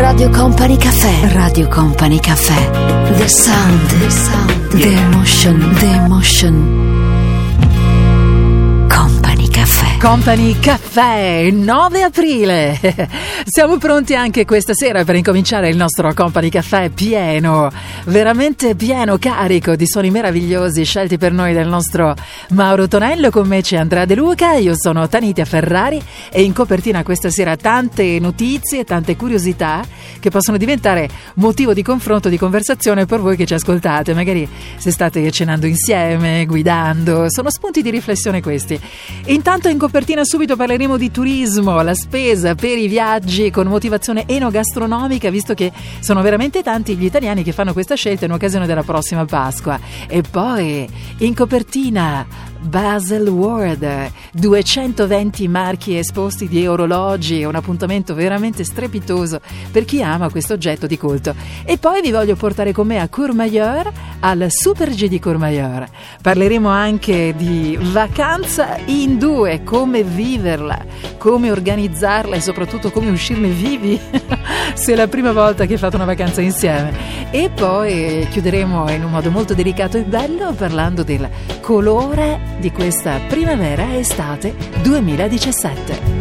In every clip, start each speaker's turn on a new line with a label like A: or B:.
A: Radio Company Cafè. Radio Company Cafè. The sound. The emotion. The emotion. Company Cafè.
B: Company Cafè, 9 aprile. Siamo pronti anche questa sera per incominciare il nostro Company Cafè pieno, veramente pieno, carico di suoni meravigliosi scelti per noi dal nostro Mauro Tonello. Con me c'è Andrea De Luca, io sono Tanitia Ferrari e in copertina questa sera tante notizie, tante curiosità che possono diventare motivo di confronto, di conversazione per voi che ci ascoltate, magari se state cenando insieme, guidando, sono spunti di riflessione questi. Intanto in copertina subito parleremo di turismo, la spesa per i viaggi con motivazione enogastronomica, visto che sono veramente tanti gli italiani che fanno questa scelta in occasione della prossima Pasqua. E poi in copertina Baselworld, 220 marchi esposti di orologi, un appuntamento veramente strepitoso per chi ama questo oggetto di culto. E poi vi voglio portare con me a Courmayeur, al Super G di Courmayeur. Parleremo anche di vacanza in due, come viverla, come organizzarla e soprattutto come uscirne vivi se è la prima volta che fate una vacanza insieme. E poi chiuderemo in un modo molto delicato e bello parlando del colore di questa primavera-estate 2017.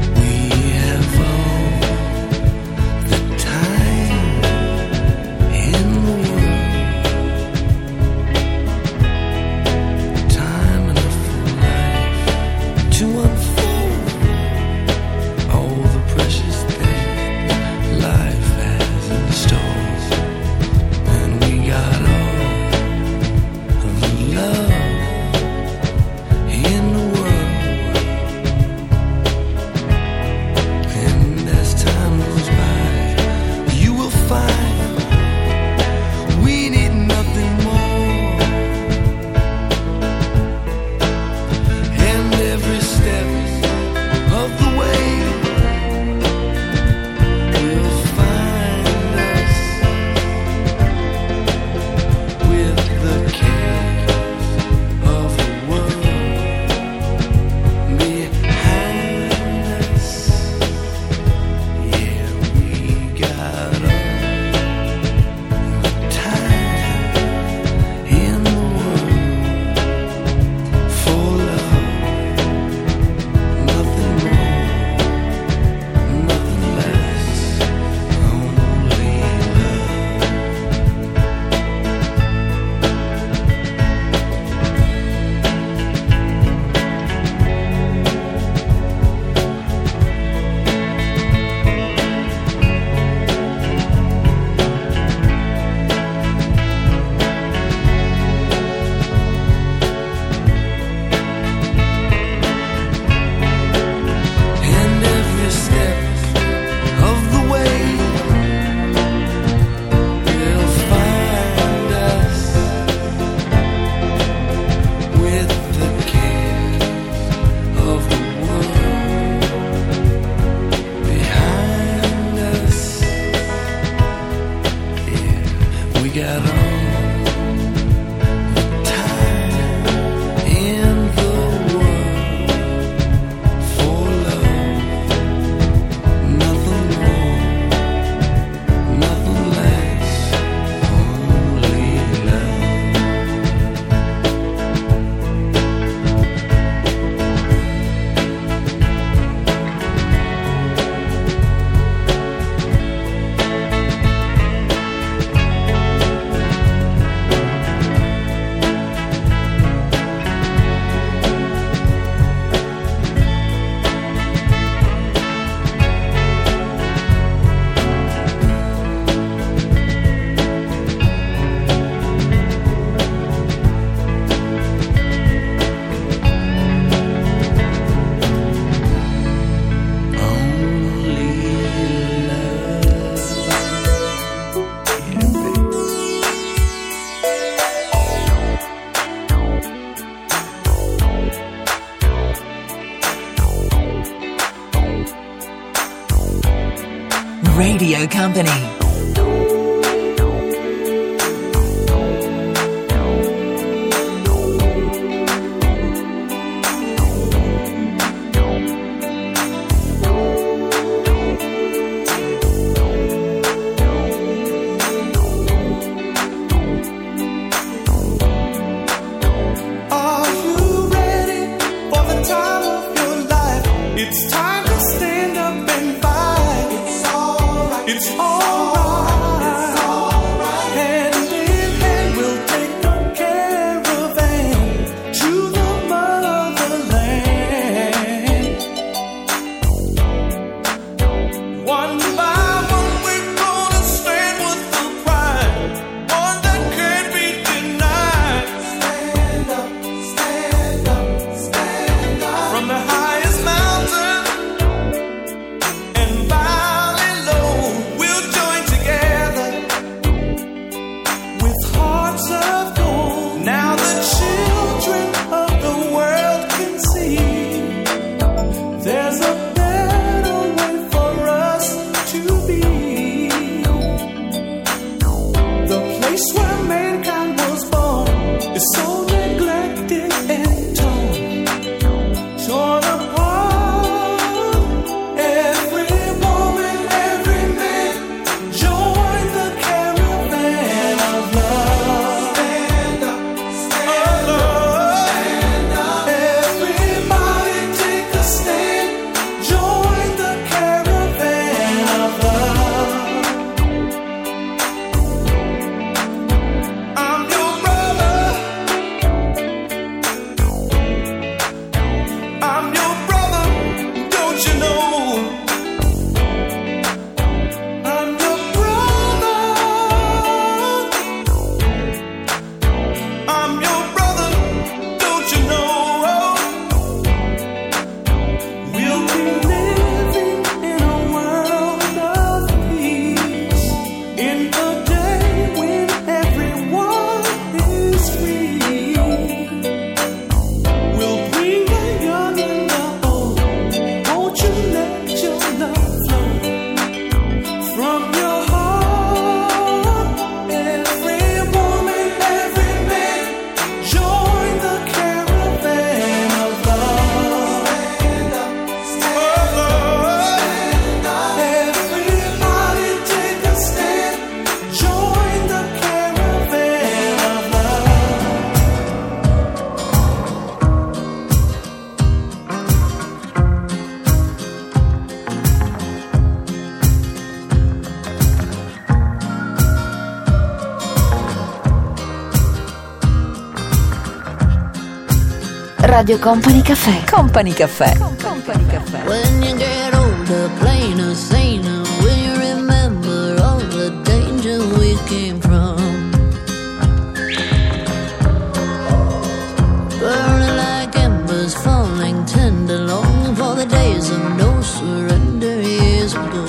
B: Radio Company.
A: Radio Company Cafè.
B: Company Cafè. Company Cafè.
C: When you get older, plainer, saner, will you remember all the danger we came from? Burning like embers, falling tender, longing for the days of no surrender years ago.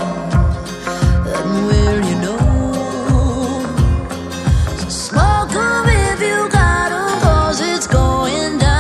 C: And will you know? So smoke 'em if you got 'em, 'cause it's going down.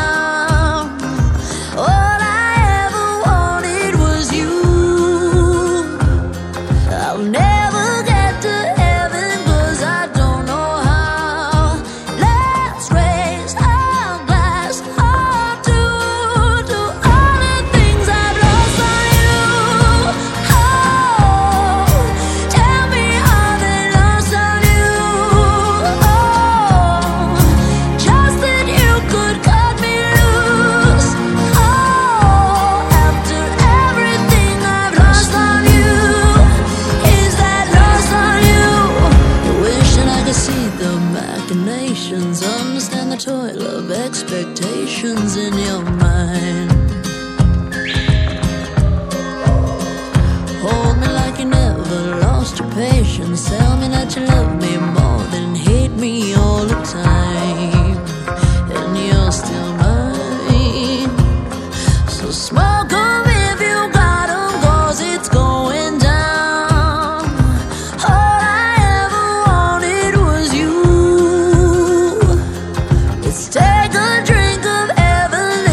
C: All I ever wanted was you. I'll never get to heaven 'cause I don't know how. Let's raise our glass up to all the things I've lost on you. Oh, tell me how they lost on you. Oh, just that you could cut me loose. Oh, after everything I've lost on you, is that lost on you? Wishing I could see the machinations, understand the toil of expectations in your mind. Hold me like you never lost your patience. Tell me that you love me more than hate me all the time. And you're still mine. So smoke 'em if you got 'em, 'cause it's going down. All I ever wanted was you. Let's take a drink of heaven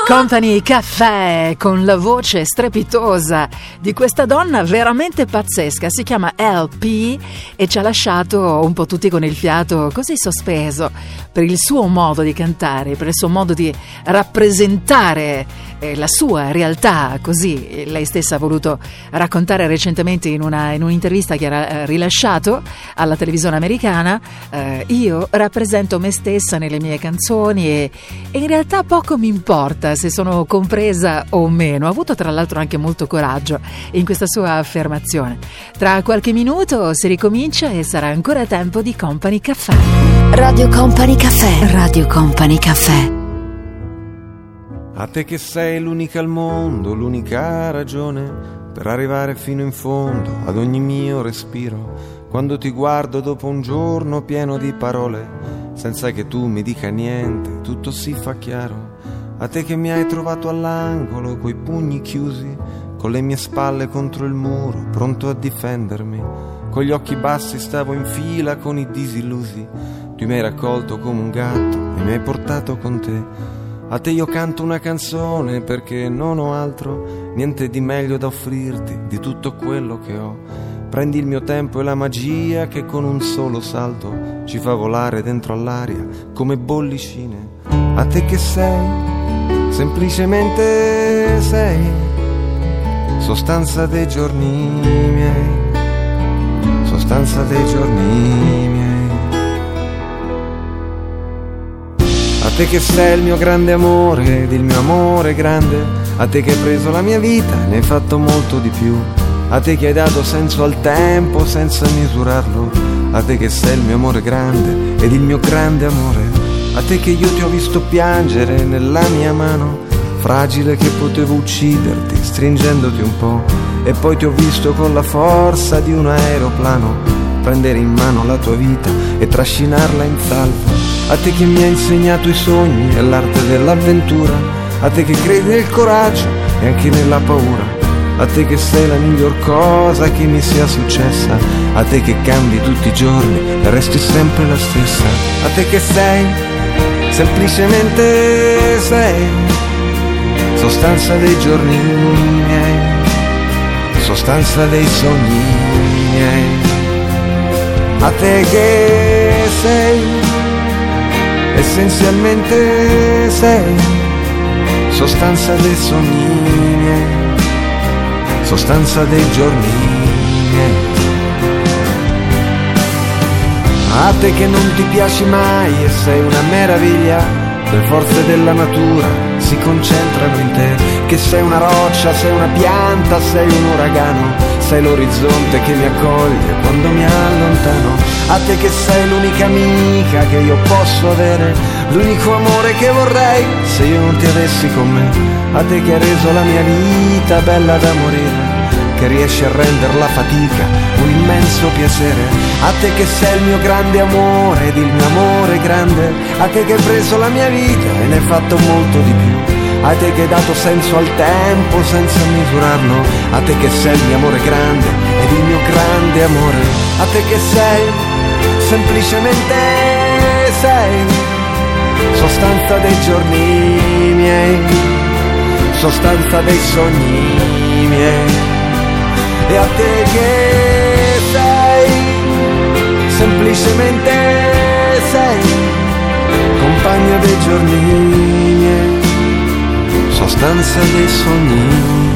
B: Company Caffè, con la voce strepitosa di questa donna veramente pazzesca. Si chiama LP e ci ha lasciato un po' tutti con il fiato così sospeso per il suo modo di cantare, per il suo modo di rappresentare la sua realtà, così lei stessa ha voluto raccontare recentemente in un'intervista che ha rilasciato alla televisione americana. Io rappresento me stessa nelle mie canzoni e in realtà poco mi importa se sono compresa o meno. Ha avuto tra l'altro anche molto coraggio in questa sua affermazione. Tra qualche minuto si ricomincia e sarà ancora tempo di Company Caffè.
A: Radio Company Caffè. Radio Company Caffè.
D: A te che sei l'unica al mondo, l'unica ragione per arrivare fino in fondo ad ogni mio respiro. Quando ti guardo dopo un giorno pieno di parole, senza che tu mi dica niente, tutto si fa chiaro. A te che mi hai trovato all'angolo, coi pugni chiusi, con le mie spalle contro il muro, pronto a difendermi. Con gli occhi bassi stavo in fila con i disillusi. Tu mi hai raccolto come un gatto e mi hai portato con te. A te io canto una canzone perché non ho altro, niente di meglio da offrirti di tutto quello che ho. Prendi il mio tempo e la magia che con un solo salto ci fa volare dentro all'aria come bollicine. A te che sei, semplicemente sei, sostanza dei giorni miei, sostanza dei giorni miei. A te che sei il mio grande amore ed il mio amore grande, a te che hai preso la mia vita e ne hai fatto molto di più, a te che hai dato senso al tempo senza misurarlo, a te che sei il mio amore grande ed il mio grande amore, a te che io ti ho visto piangere nella mia mano, fragile che potevo ucciderti stringendoti un po', e poi ti ho visto con la forza di un aeroplano prendere in mano la tua vita e trascinarla in salvo. A te che mi hai insegnato i sogni e l'arte dell'avventura, a te che credi nel coraggio e anche nella paura, a te che sei la miglior cosa che mi sia successa, a te che cambi tutti i giorni e resti sempre la stessa, a te che sei, semplicemente sei, sostanza dei giorni miei, sostanza dei sogni miei. A te che sei, essenzialmente sei, sostanza dei sogni miei, sostanza dei giorni miei. A te che non ti piaci mai e sei una meraviglia, le forze della natura si concentrano in te, che sei una roccia, sei una pianta, sei un uragano, sei l'orizzonte che mi accoglie quando mi allontano. A te che sei l'unica amica che io posso avere, l'unico amore che vorrei se io non ti avessi con me. A te che hai reso la mia vita bella da morire, che riesci a rendere la fatica un immenso piacere. A te che sei il mio grande amore ed il mio amore grande, a te che hai preso la mia vita e ne hai fatto molto di più, a te che hai dato senso al tempo senza misurarlo, a te che sei il mio amore grande ed il mio grande amore, a te che sei, semplicemente sei, sostanza dei giorni miei, sostanza dei sogni miei. E a te che sei, semplicemente sei, compagna dei giorni miei, sostanza dei sogni miei.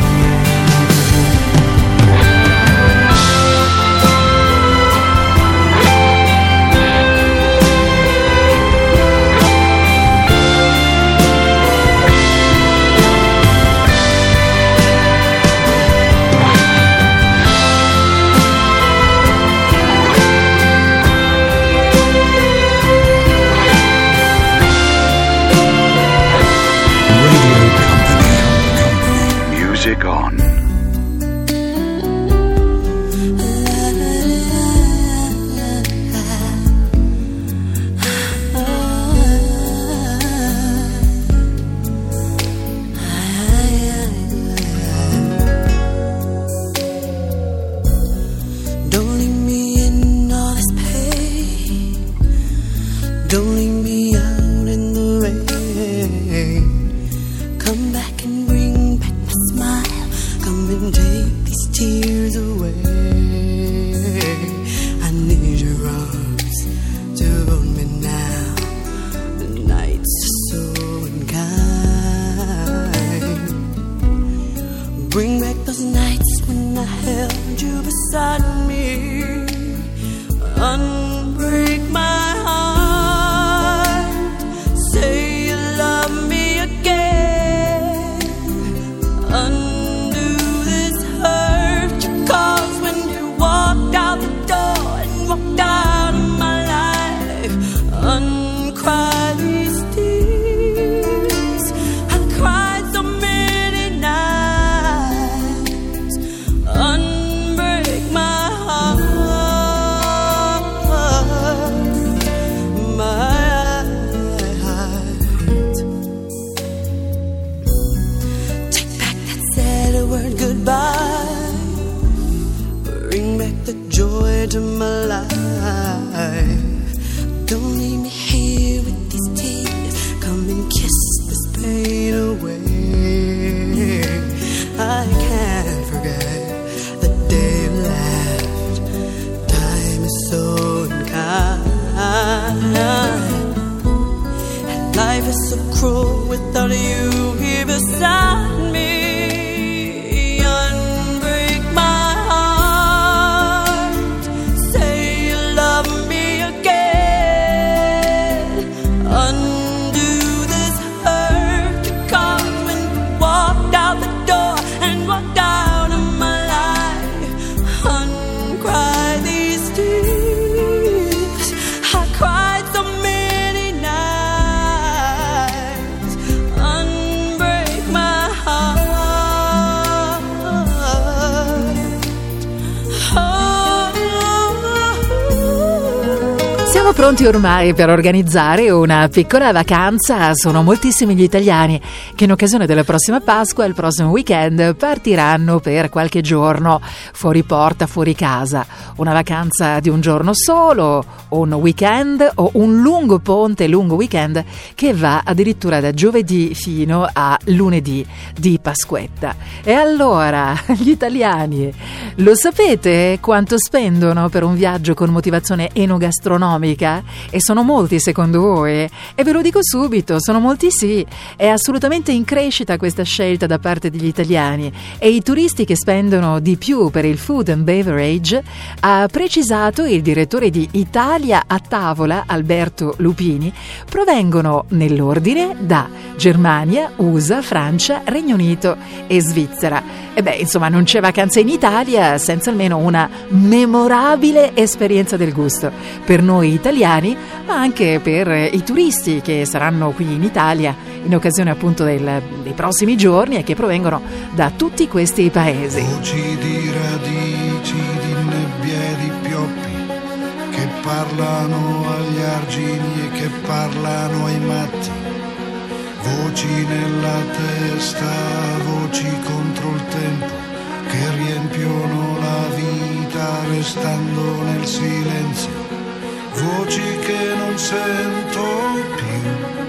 B: Siamo pronti ormai per organizzare una piccola vacanza. Sono moltissimi gli italiani che in occasione della prossima Pasqua, il prossimo weekend, partiranno per qualche giorno fuori porta, fuori casa. Una vacanza di un giorno solo, un weekend o un lungo ponte, lungo weekend che va addirittura da giovedì fino a lunedì di Pasquetta. E allora, gli italiani, lo sapete quanto spendono per un viaggio con motivazione enogastronomica? E sono molti secondo voi? E ve lo dico subito, sono molti sì. È assolutamente in crescita questa scelta da parte degli italiani, e i turisti che spendono di più per il food and beverage, ha precisato il direttore di Italia a Tavola, Alberto Lupini, provengono nell'ordine da Germania, USA, Francia, Regno Unito e Svizzera. E beh, insomma, non c'è vacanza in Italia senza almeno una memorabile esperienza del gusto per noi italiani, ma anche per i turisti che saranno qui in Italia in occasione appunto dei prossimi giorni e che provengono da tutti questi paesi.
E: Voci di radici, di nebbie e di pioppi che parlano agli argini e che parlano ai matti. Voci nella testa, voci contro il tempo che riempiono la vita restando nel silenzio. Voci che non sento più,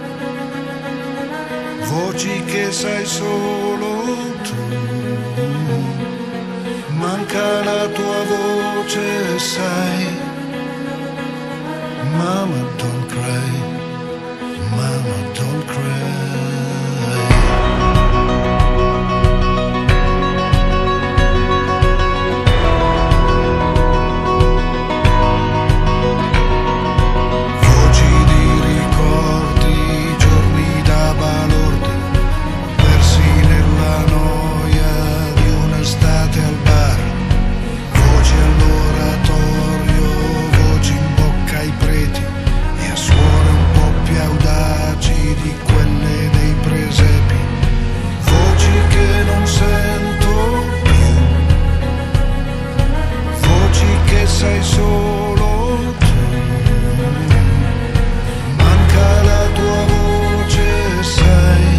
E: voci che sai solo tu. Manca la tua voce, sai. Mama, don't cry. Mama, don't cry. Sei solo tu, manca la tua voce, sai.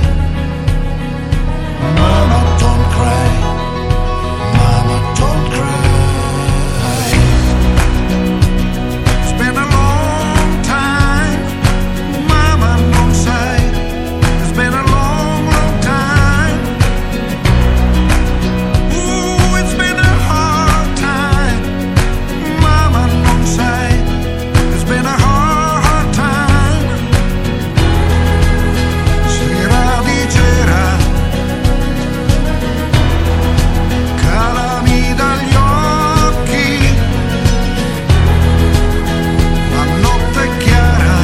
E: Mama, don't cry, mama, don't cry. It's been a long time, mama, non sai. It's been a long, long time. Ooh, it's been a hard time. Mama, non sai, it's been a hard time. Si ravvicerà, calami dagli occhi, la notte è chiara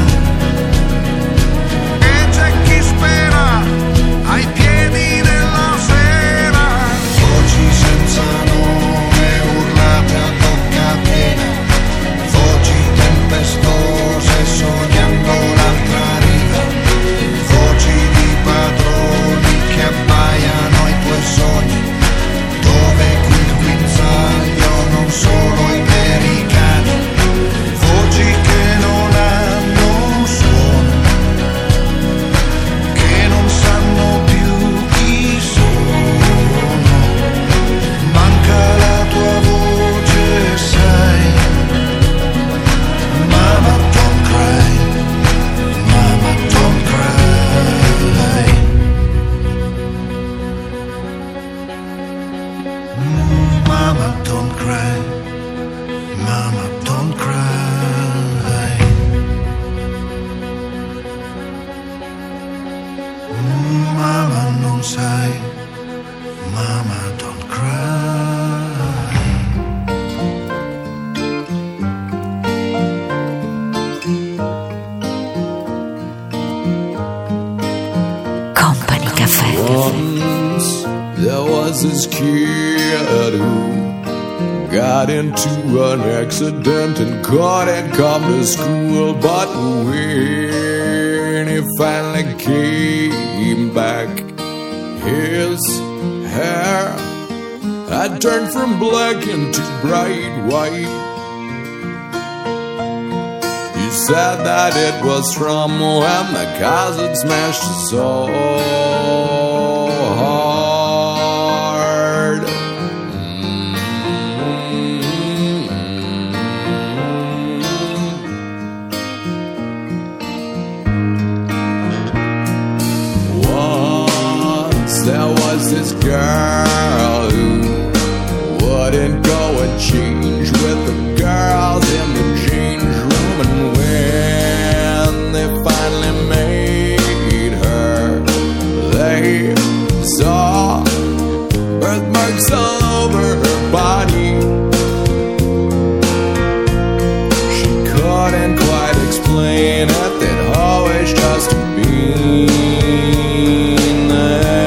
E: e c'è chi spera ai piedi della sera. Voci senza nome urlate a bocca piena, voci tempestose sognando l'altra riva, voci di padroni che abbaiano ai tuoi sogni, dove qui il guinzaglio non solo i veri cani, voci che non hanno un suono, che non sanno più chi sono. Manca la tua voce, sai. Mama, don't cry, mama, don't cry. Mama, don't cry, mama, don't cry. Mama, non sai, mama, don't cry.
A: Company Caffè.
F: Once there was this kid who got into an accident and couldn't come to school. But when he finally came back, his hair had turned from black into bright white. His said that it was from when the cars had smashed so hard. Once there was this girl who wouldn't go and change with the girls in the change room, and when they finally made her, they saw birthmarks all over her body. She couldn't quite explain it, they'd always just been there.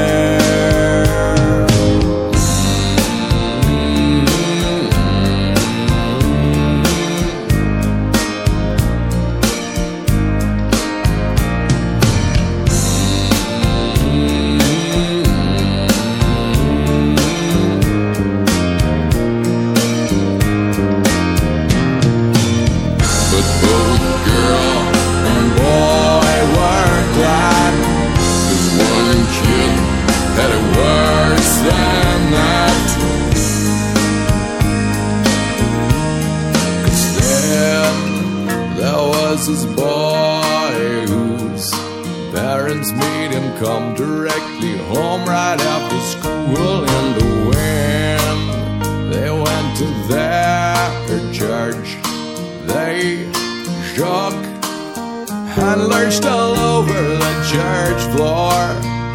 F: This boy whose parents made him come directly home right after school, and when they went to their church, they shook and lurched all over the church floor.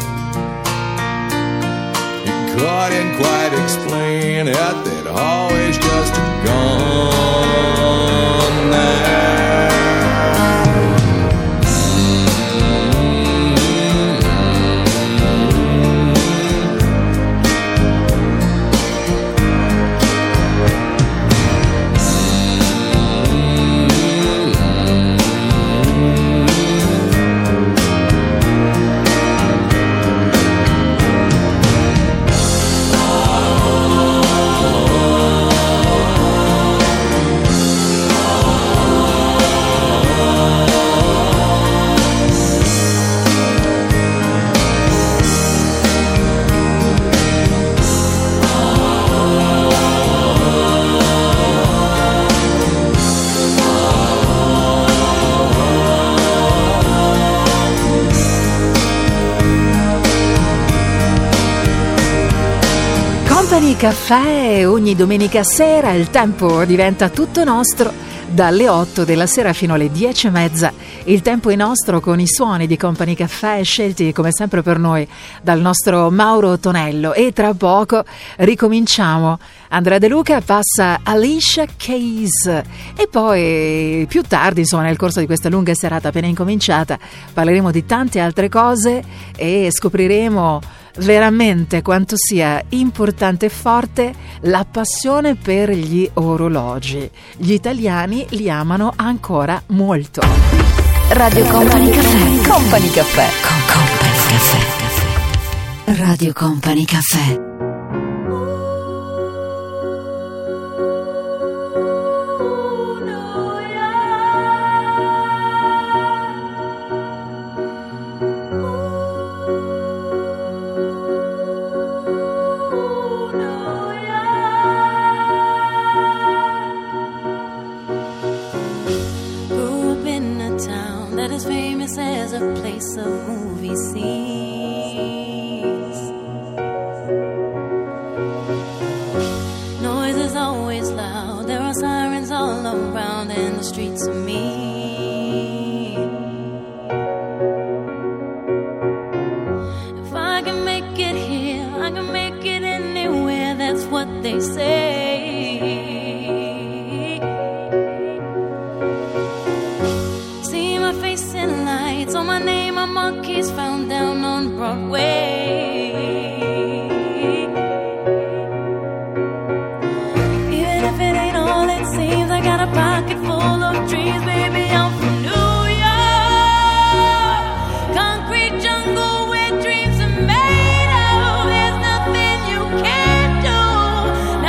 F: He couldn't quite explain it, they'd always just gone there.
B: Company Caffè ogni domenica sera, il tempo diventa tutto nostro dalle 8 della sera fino alle 10:30. Il tempo è nostro con i suoni di Company Caffè scelti come sempre per noi dal nostro Mauro Tonello, e tra poco ricominciamo. Andrea De Luca passa Alicia Keys e poi più tardi, insomma, nel corso di questa lunga serata appena incominciata, parleremo di tante altre cose e scopriremo veramente quanto sia importante e forte la passione per gli orologi. Gli italiani li amano ancora molto.
A: Radio Company Caffè.
B: Company Caffè.
A: Company Caffè. Radio Company Caffè.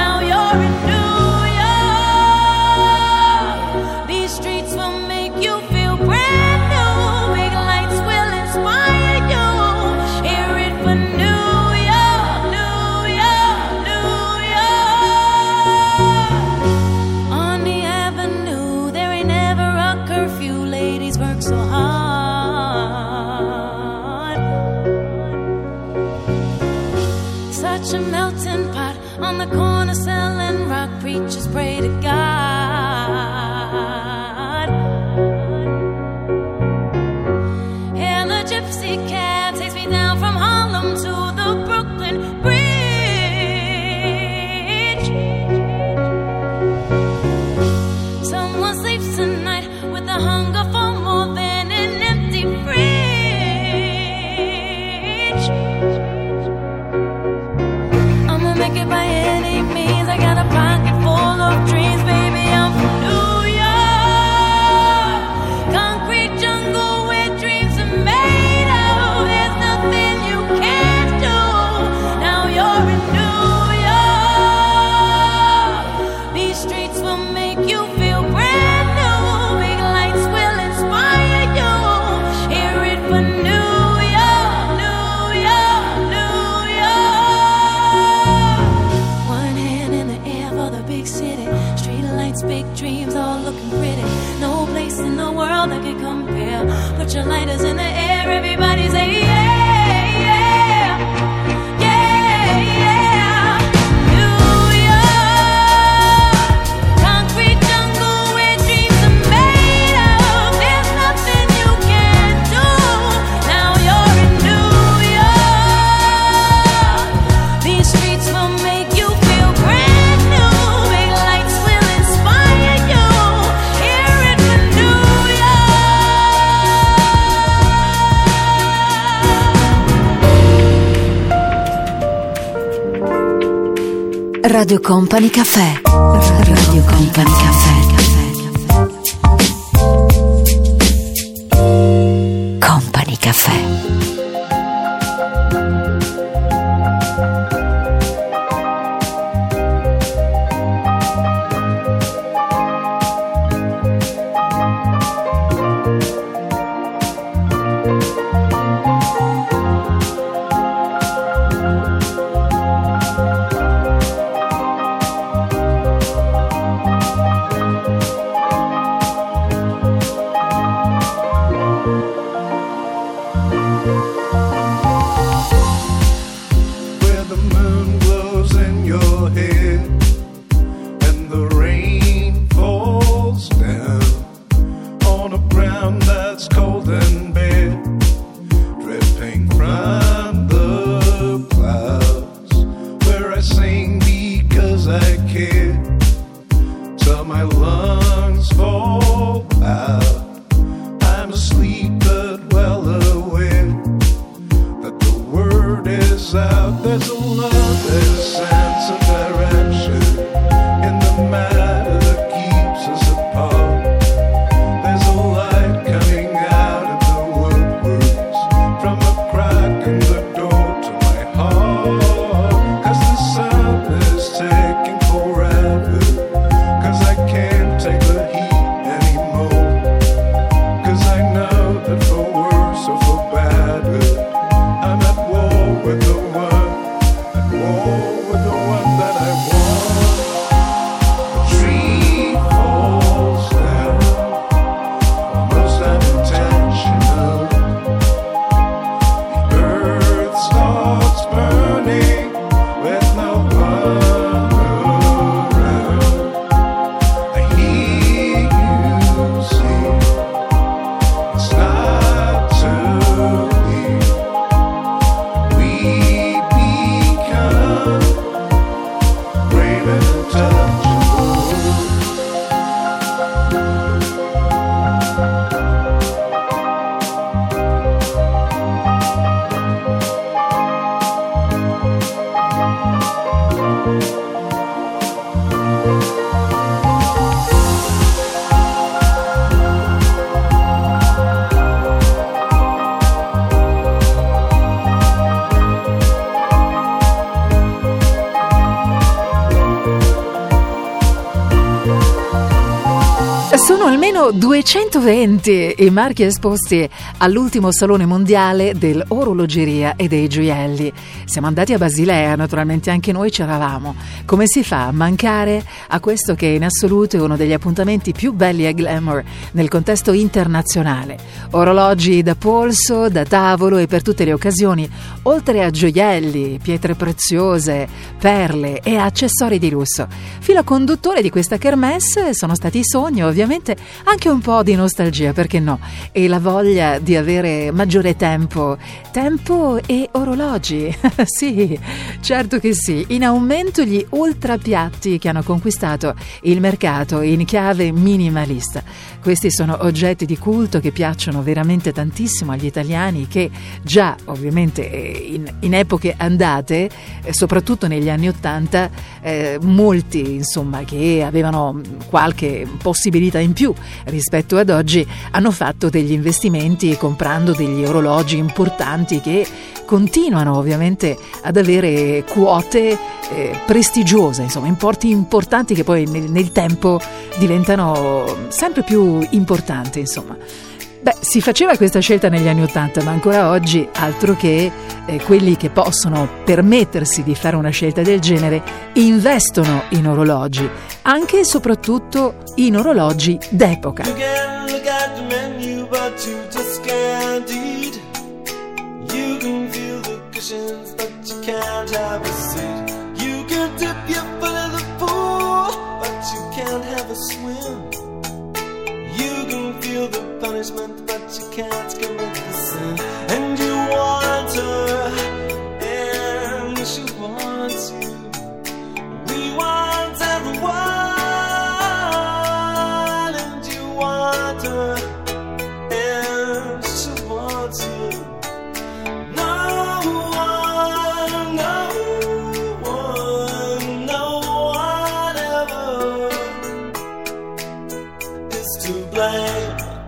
C: These streets will make you feel few ladies work so hard. Such a melting pot on the corner selling rock. Preachers pray to God. And a gypsy cab takes me down from Harlem to the Brooklyn Bridge. Someone sleeps tonight with a hunger for more than an empty fridge. I'ma make it by any means. I got a pocket full of dreams, baby. I'm from New York, concrete jungle where dreams are made of. There's nothing you can't do. Now you're in New York. These streets will make you feel brand new. Big lights will inspire you. Hear it for New York, New York, New York. One hand in the air for the big city. Street lights, big dreams, all looking pretty. No place in the world that can compare. Put your lighters in the air, everybody say yeah, yeah, yeah, yeah. New York, concrete jungle where dreams are made of. There's nothing you can't do. Now you're in New York. These streets will make you feel brand new. Big lights will inspire you. Hear it for New York.
A: Radio Company Cafè. Radio Company Cafè. Company Cafè.
E: Where the moon glows in your head and the rain falls down on a ground that's cold and bare, dripping from the clouds. Where I sing because I care till my lungs fall out. I'm asleep but well aware that the word is out. There's a love, there's a sense of direction in the matter that keeps us apart. There's a light coming out of the
B: Sono 220 i marchi esposti all'ultimo Salone Mondiale dell'Orologeria e dei Gioielli. Siamo andati a Basilea, naturalmente anche noi c'eravamo. Come si fa a mancare a questo che in assoluto è uno degli appuntamenti più belli e glamour nel contesto internazionale? Orologi da polso, da tavolo e per tutte le occasioni, oltre a gioielli, pietre preziose, perle e accessori di lusso. Filo conduttore di questa kermesse sono stati i sogni, ovviamente anche un po' di nostalgia, perché no? E la voglia di avere maggiore tempo e orologi. Sì, certo che sì. In aumento gli ultrapiatti che hanno conquistato il mercato in chiave minimalista. Questi sono oggetti di culto che piacciono veramente tantissimo agli italiani, che già ovviamente in epoche andate, soprattutto negli anni '80, molti insomma che avevano qualche possibilità in più rispetto ad oggi hanno fatto degli investimenti comprando degli orologi importanti che continuano ovviamente ad avere quote prestigiose, insomma importi importanti che poi nel tempo diventano sempre più importanti, insomma. Beh, si faceva questa scelta negli anni '80, ma ancora oggi altro che quelli che possono permettersi di fare una scelta del genere investono in orologi, anche e soprattutto in orologi d'epoca.
G: You can look at the menu, but you just can't eat. You can feel the cushions, but you can't have a seat. You can dip your foot in the pool, but you can't have a swim. You can feel the punishment, but you can't commit the sin. And you want her, and she wants you. We want everyone, and you want her, and she wants you. No one ever is to blame.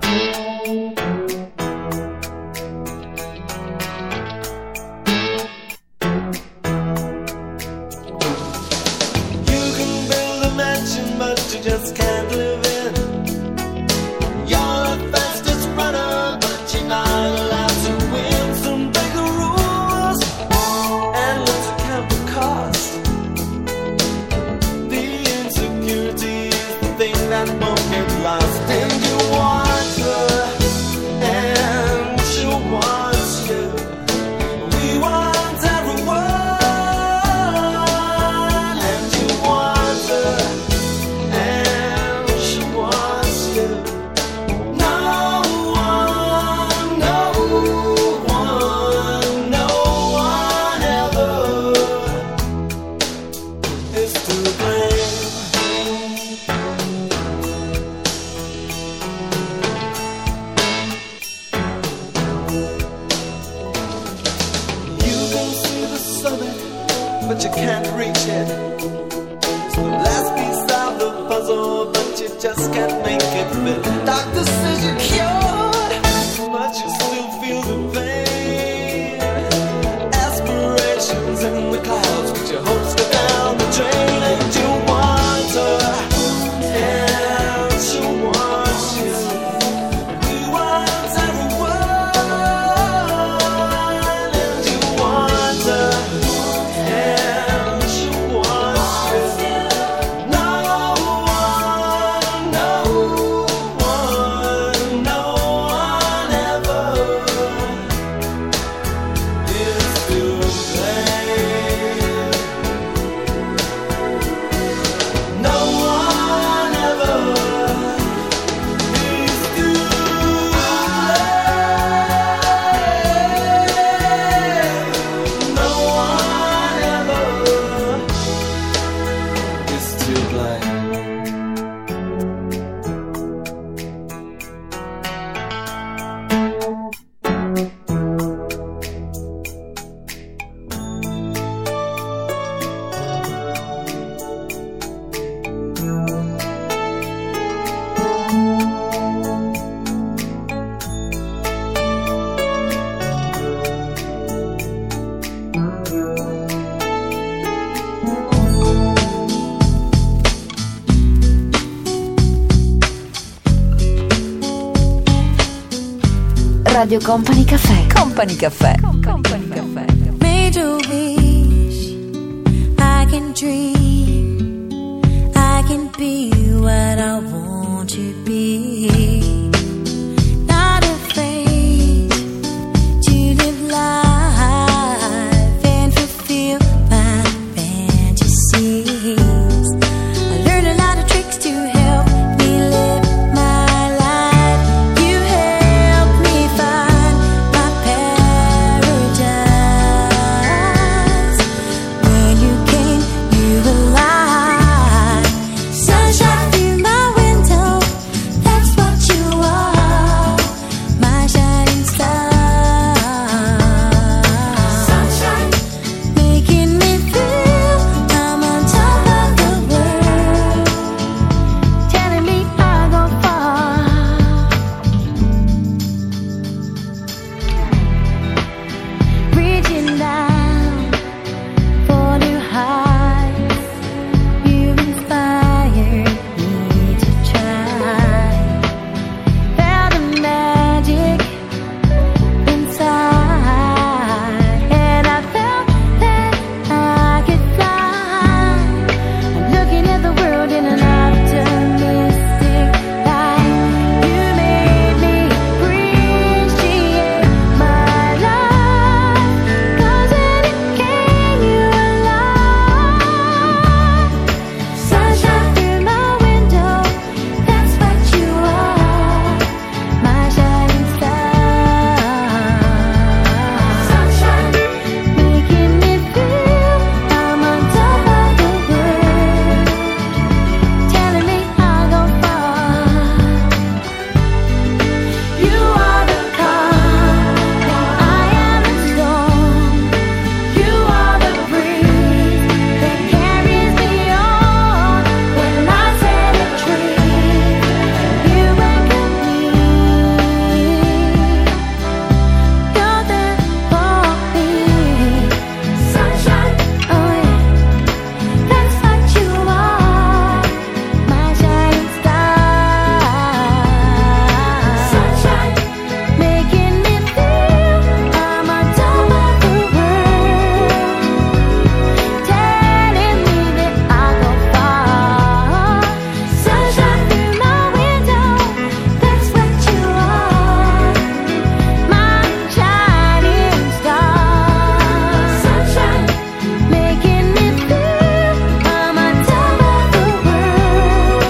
G: Just can't live in. You're the fastest runner, but you're not allowed to win. Some break the rules and let's count the cost. The insecurity is the thing that won't get lost. And you want her, and she wants you. We want everyone, and you want her. But you can't reach it. It's the last piece of the puzzle, but you just can't make it fit. Doctor says you're cured, but you still feel the pain. Aspirations in the clouds, but your hopes go down the drain. And you want her, and she wants you. We want everyone, and you want her. No one
A: Radio Company Cafè. Company Cafè. Company Cafè.
C: Made a wish, I can dream, I can be what I want to be. Not afraid to live life and fulfill my fantasies. I learned a lot of tricks to help me live my life. You helped me find my paradise. When you came, you were alive. Sunshine through my window, that's what you are, my shining star. Sunshine, making me feel I'm on top of the world, telling me I'll go far. Reaching down for new heights, you inspired me to try. Felt the magic inside, and I felt that I could fly. I'm looking at the world in an optimistic light. You made me appreciate my life, 'cause when it came, you were alive. Sunshine through my window, that's what you are, my shining star. Sunshine, making me feel I'm on top of the world, telling me I'll go far. You are the calm when I am in storm. You are the breeze that carries me on. When I set a tree, you anchor me. You're there for me. Sunshine, oh yeah, that's what you are, my shining star. Sunshine, making me feel I'm on top of the world, telling me that I'll go far. Sunshine through my window, that's what you are, my shining star. Sunshine, making me feel I'm on top of the world,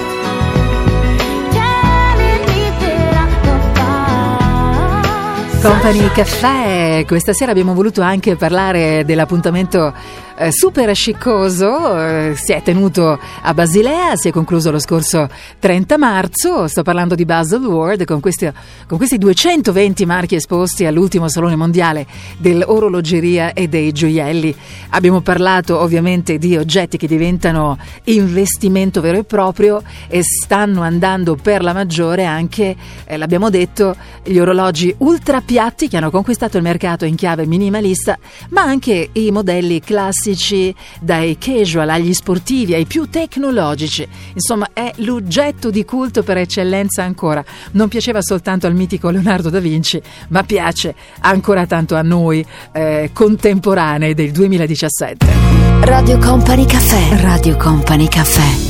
C: telling me that I'll go far.
B: Company Cafè, questa sera abbiamo voluto anche parlare dell'appuntamento super sciccoso, si è tenuto a Basilea, si è concluso lo scorso 30 marzo, sto parlando di Basel World con questi 220 marchi esposti all'ultimo salone mondiale dell'orologeria e dei gioielli. Abbiamo parlato ovviamente di oggetti che diventano investimento vero e proprio e stanno andando per la maggiore anche, l'abbiamo detto, gli orologi ultra piatti che hanno conquistato il mercato in chiave minimalista, ma anche i modelli classici, dai casual agli sportivi ai più tecnologici. Insomma, è l'oggetto di culto per eccellenza ancora. Non piaceva soltanto al mitico Leonardo da Vinci, ma piace ancora tanto a noi contemporanei del 2017.
A: Radio Company Cafè. Radio Company Cafè.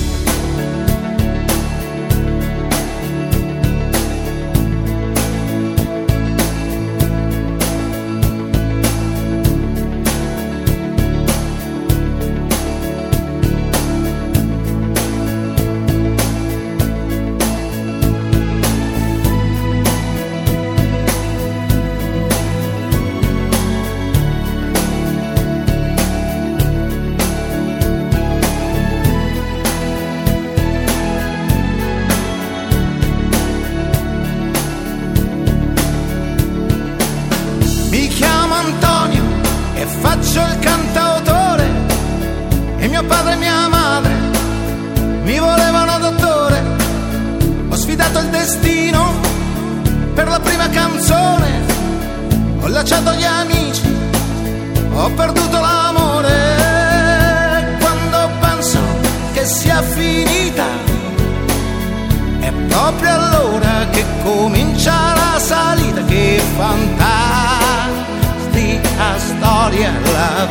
H: Mi chiamo Antonio e faccio il cantautore, e mio padre e mia madre mi volevano dottore. Ho sfidato il destino per la prima canzone, ho lasciato gli amici, ho perduto l'amore. Quando penso che sia finita, è proprio allora che comincia la salita, che fa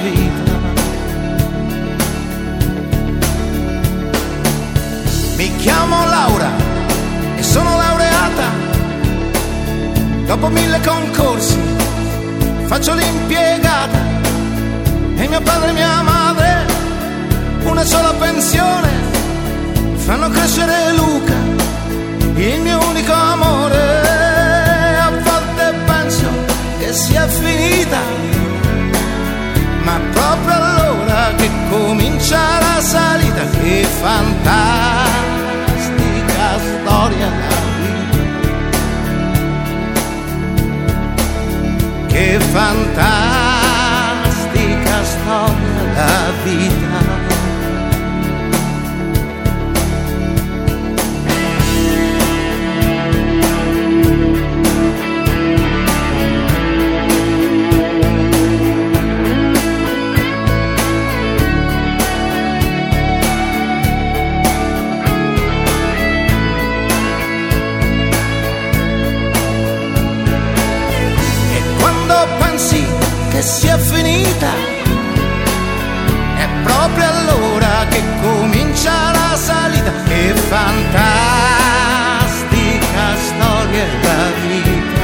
H: vita. Mi chiamo Laura e sono laureata. Dopo 1000 concorsi faccio l'impiegata. E mio padre e mia madre, una sola pensione, fanno crescere Luca, il mio unico amore. A volte penso che sia finita, ma proprio allora che comincia la salita. Che fantastica storia la vita, che fantastica storia la vita. Che sia finita, è proprio allora che comincia la salita. Che fantastica storia è la vita.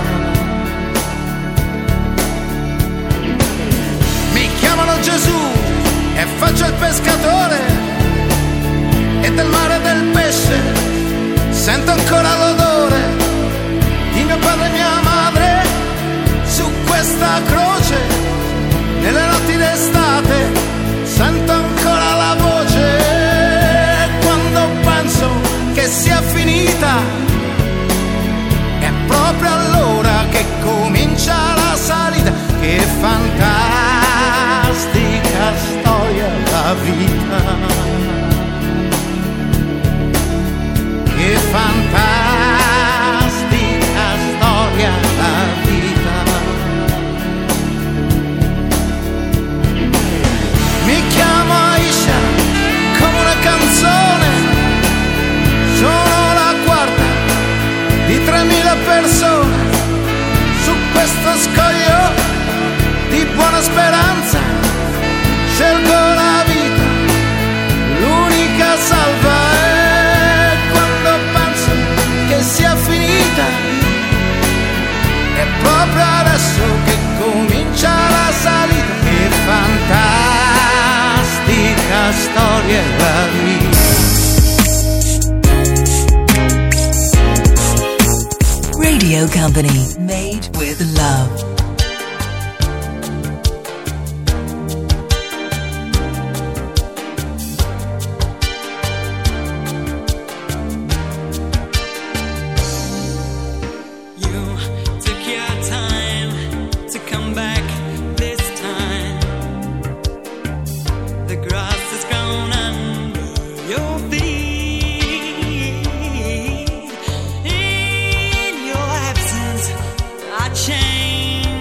H: Mi chiamano Gesù e faccio il pescatore, e del mare e del pesce sento ancora l'odore di mio padre e mia madre su questa croce. Nelle notti d'estate sento ancora la voce. Quando penso che sia finita, è proprio allora che comincia la salita. Che fantastica storia la vita, che fantastica storia la vita. Mi chiamo Aisha come una canzone, sono la quarta di 3000 persone su questo scoglio di buona speranza. Scelgo la vita, l'unica salva. E quando penso che sia finita, è proprio adesso che comincia la salita. Che fantastica storia è la vita.
A: Radio Company, made with love.
I: Change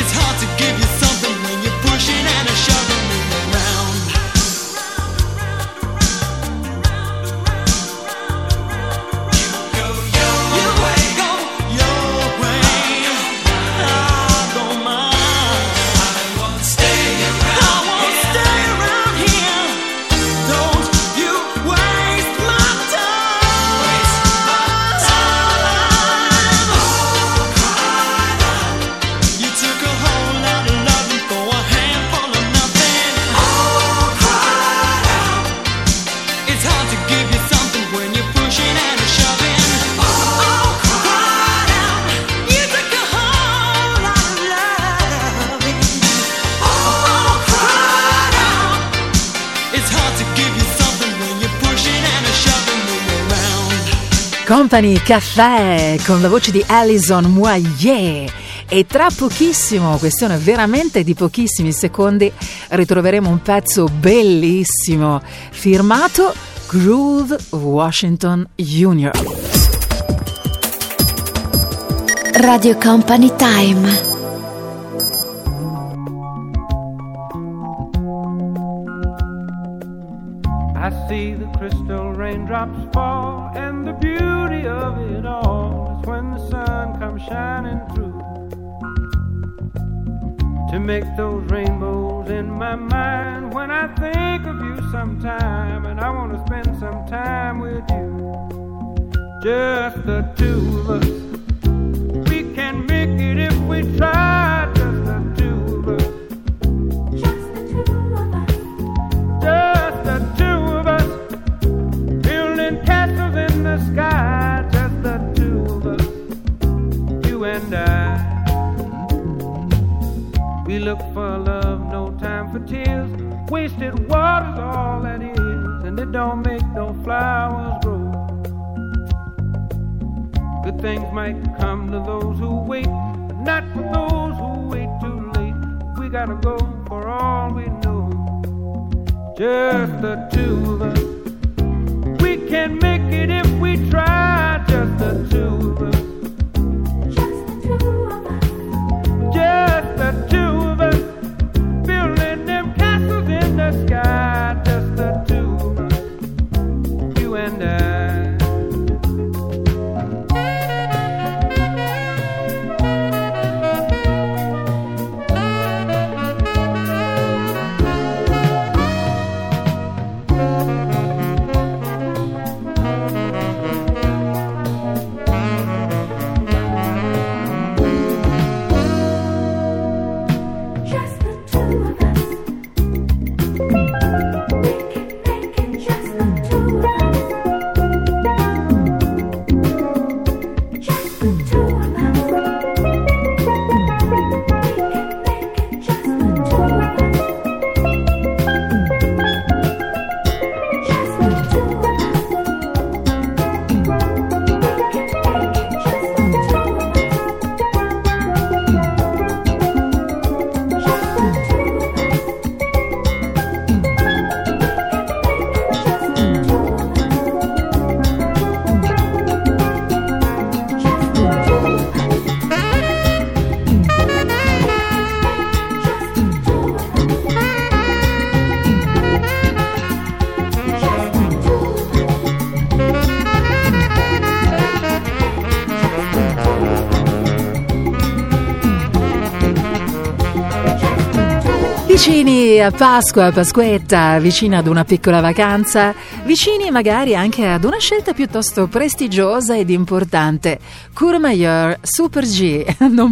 G: It's hard to give you something when you're pushing and a shoving me around. You go your way, go your way. I don't mind. I won't stay around here. Don't you waste my time. You took a whole lot of loving for a handful of nothing. It's hard to give you something when you're pushing and shoving. Cried out. You took a whole lot of loving. Cried out. It's hard to give you something when you're pushing and shoving me around.
B: Company Caffè con la voce di Alison Moyer. E tra pochissimo, questione veramente di pochissimi secondi, ritroveremo un pezzo bellissimo firmato Groove Washington Jr.
A: Radio Company Time.
I: I see the crystal raindrops fall, and the beauty of it all is when the sun comes shining through to make those rainbows in my mind. When I think of you sometime, and I want to spend some time with you, just the two of us. We can make it if we try, just the two of us. Just the two of us, building castles in the sky. Just the two of us, you and I. We look for love, no time for tears. Wasted water's all that is, and it don't make no flowers grow. Good things might come to those who wait, but not for those who wait too late. We gotta go for all we know. Just the two of us. We can make it if we try. Just the two of us. Just the two of us. Building them castles in the sky. Just the two of us. You and I.
B: Vicini a Pasqua, a Pasquetta, vicini ad una piccola vacanza, vicini magari anche ad una scelta piuttosto prestigiosa ed importante. Courmayeur, Super G. Non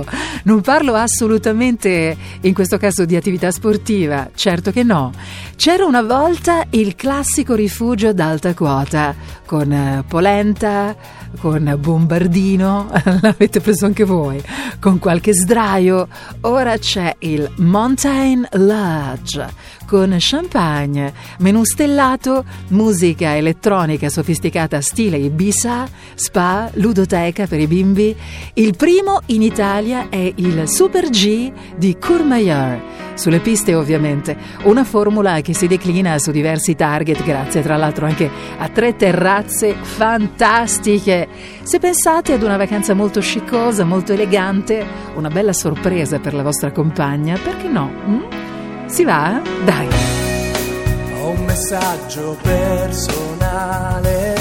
B: parlo assolutamente in questo caso di attività sportiva, certo che no. C'era una volta il classico rifugio d'alta quota, con polenta, con bombardino, l'avete preso anche voi, con qualche sdraio. Ora c'è il Mountain Lodge, con champagne, menù stellato, musica elettronica sofisticata stile Ibiza, spa, ludoteca per i bimbi. Il primo in Italia è il Super G di Courmayeur. sulle piste ovviamente, una formula che si declina su diversi target grazie tra l'altro anche a 3 terrazze fantastiche. Se pensate ad una vacanza molto sciccosa, molto elegante, una bella sorpresa per la vostra compagna, perché no? Si va? Dai!
J: Ho un messaggio personale,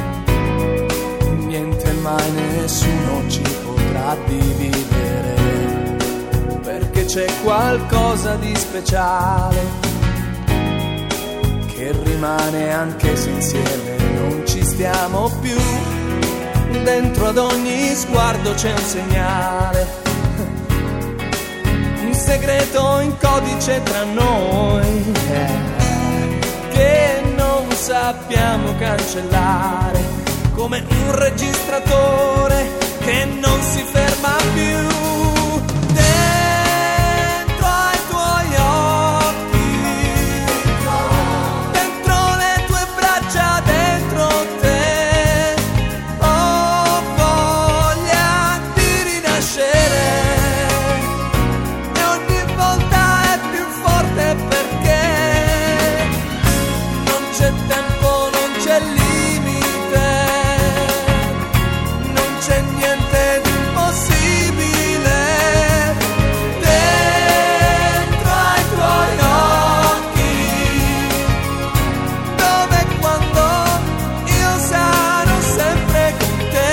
J: niente mai nessuno ci potrà dividere, perché c'è qualcosa di speciale che rimane anche se insieme non ci stiamo più. Dentro ad ogni sguardo c'è un segnale, un segreto in codice tra noi che non sappiamo cancellare, come un registratore che non si ferma più. Dentro ai tuoi occhi, dentro le tue braccia, dentro te, ho voglia di rinascere e ogni volta è più forte perché non c'è tempo, non c'è limite, non c'è niente di impossibile. Dentro ai tuoi occhi, dove e quando io sarò sempre con te.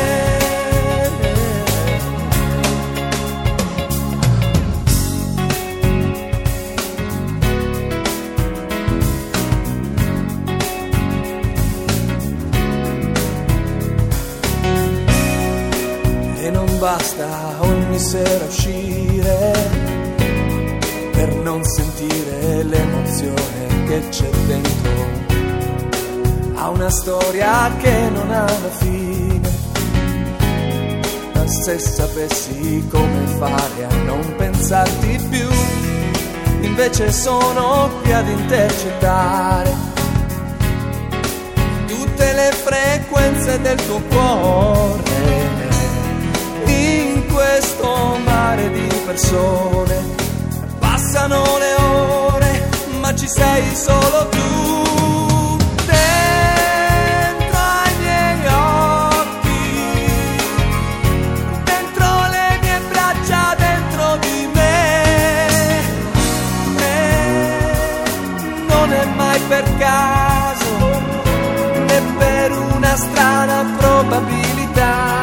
J: E non basta ogni sera uscire per non sentire l'emozione che c'è dentro. Ha una storia che non ha una fine, ma se sapessi come fare a non pensarti più, invece sono qui ad intercettare tutte le frequenze del tuo cuore. In questo mare di persone passano le ore, ma ci sei solo tu. Dentro ai miei occhi, dentro le mie braccia, dentro di me. Non è mai per caso, né per una strana probabilità,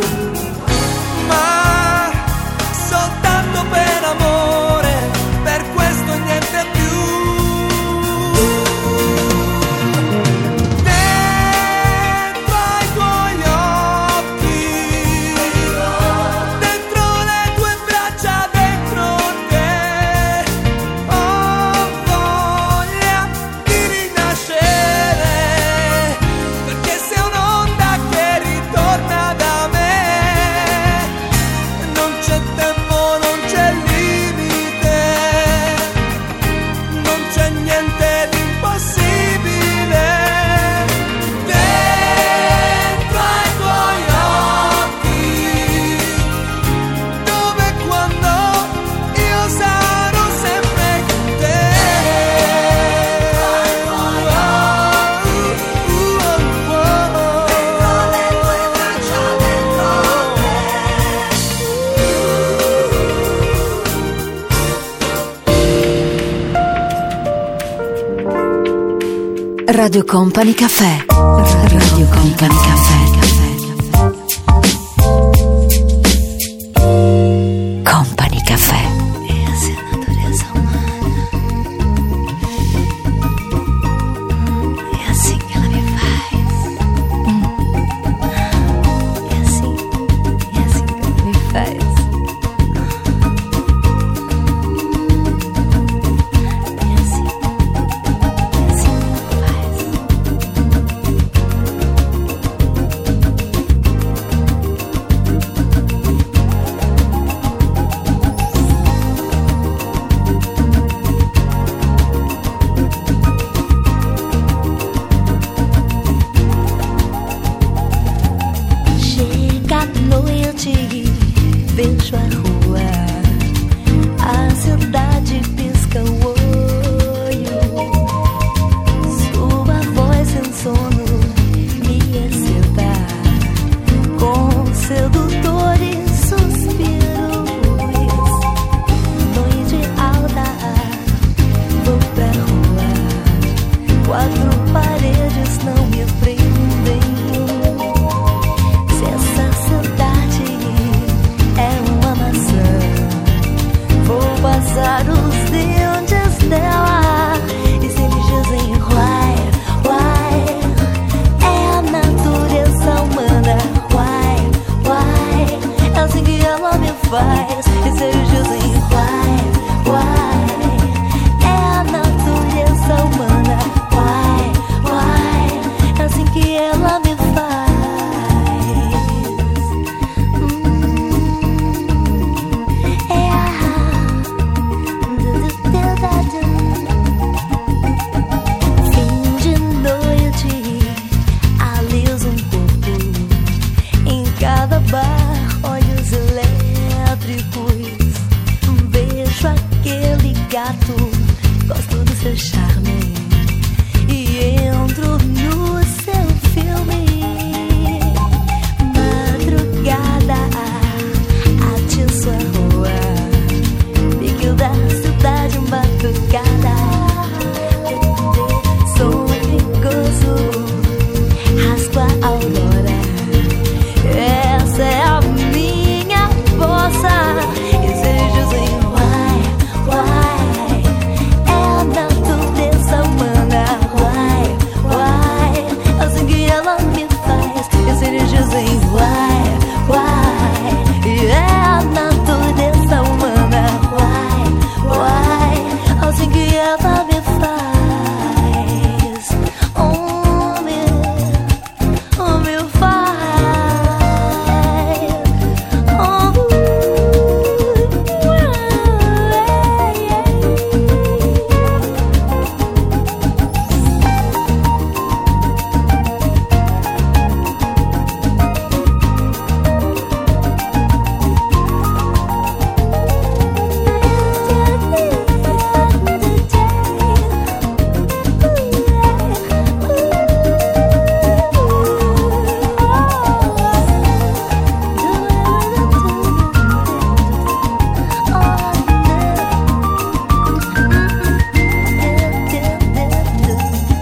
J: ma soltanto per amore, per questo e niente più. Dentro ai tuoi occhi, dentro le tue braccia, dentro te, ho voglia di rinascere, perché sei un'onda che ritorna da me. Non c'è tempo, non c'è limite, non c'è niente di impossibile. Dentro ai tuoi occhi, dove e quando io sarò sempre con te. Dentro le tue braccia, dentro
A: Radio Company Cafè. Radio Company Cafè. Company Cafè.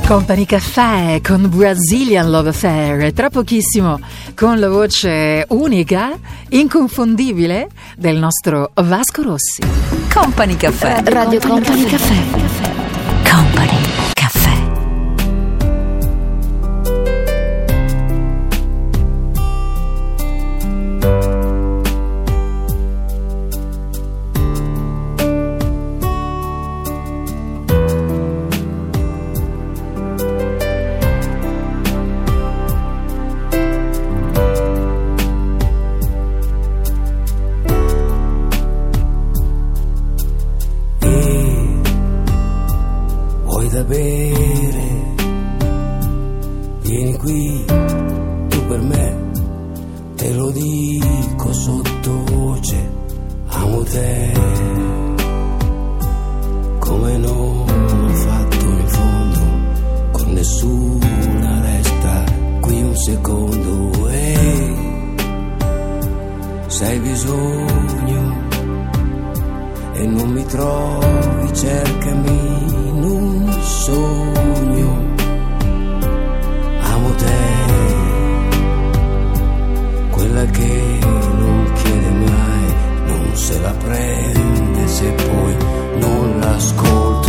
B: Company Caffè con Brazilian Love Affair, tra pochissimo con la voce unica, inconfondibile del nostro Vasco Rossi.
A: Company Caffè. Radio Company Caffè. Company Caffè.
K: Da bere, vieni qui, tu per me, te lo dico sottovoce, amo te, come non ho fatto in fondo, con nessuna resta qui un secondo, se hai bisogno e non mi trovi, cercami in un sogno, amo te, quella che non chiede mai, non se la prende se poi non l'ascolto,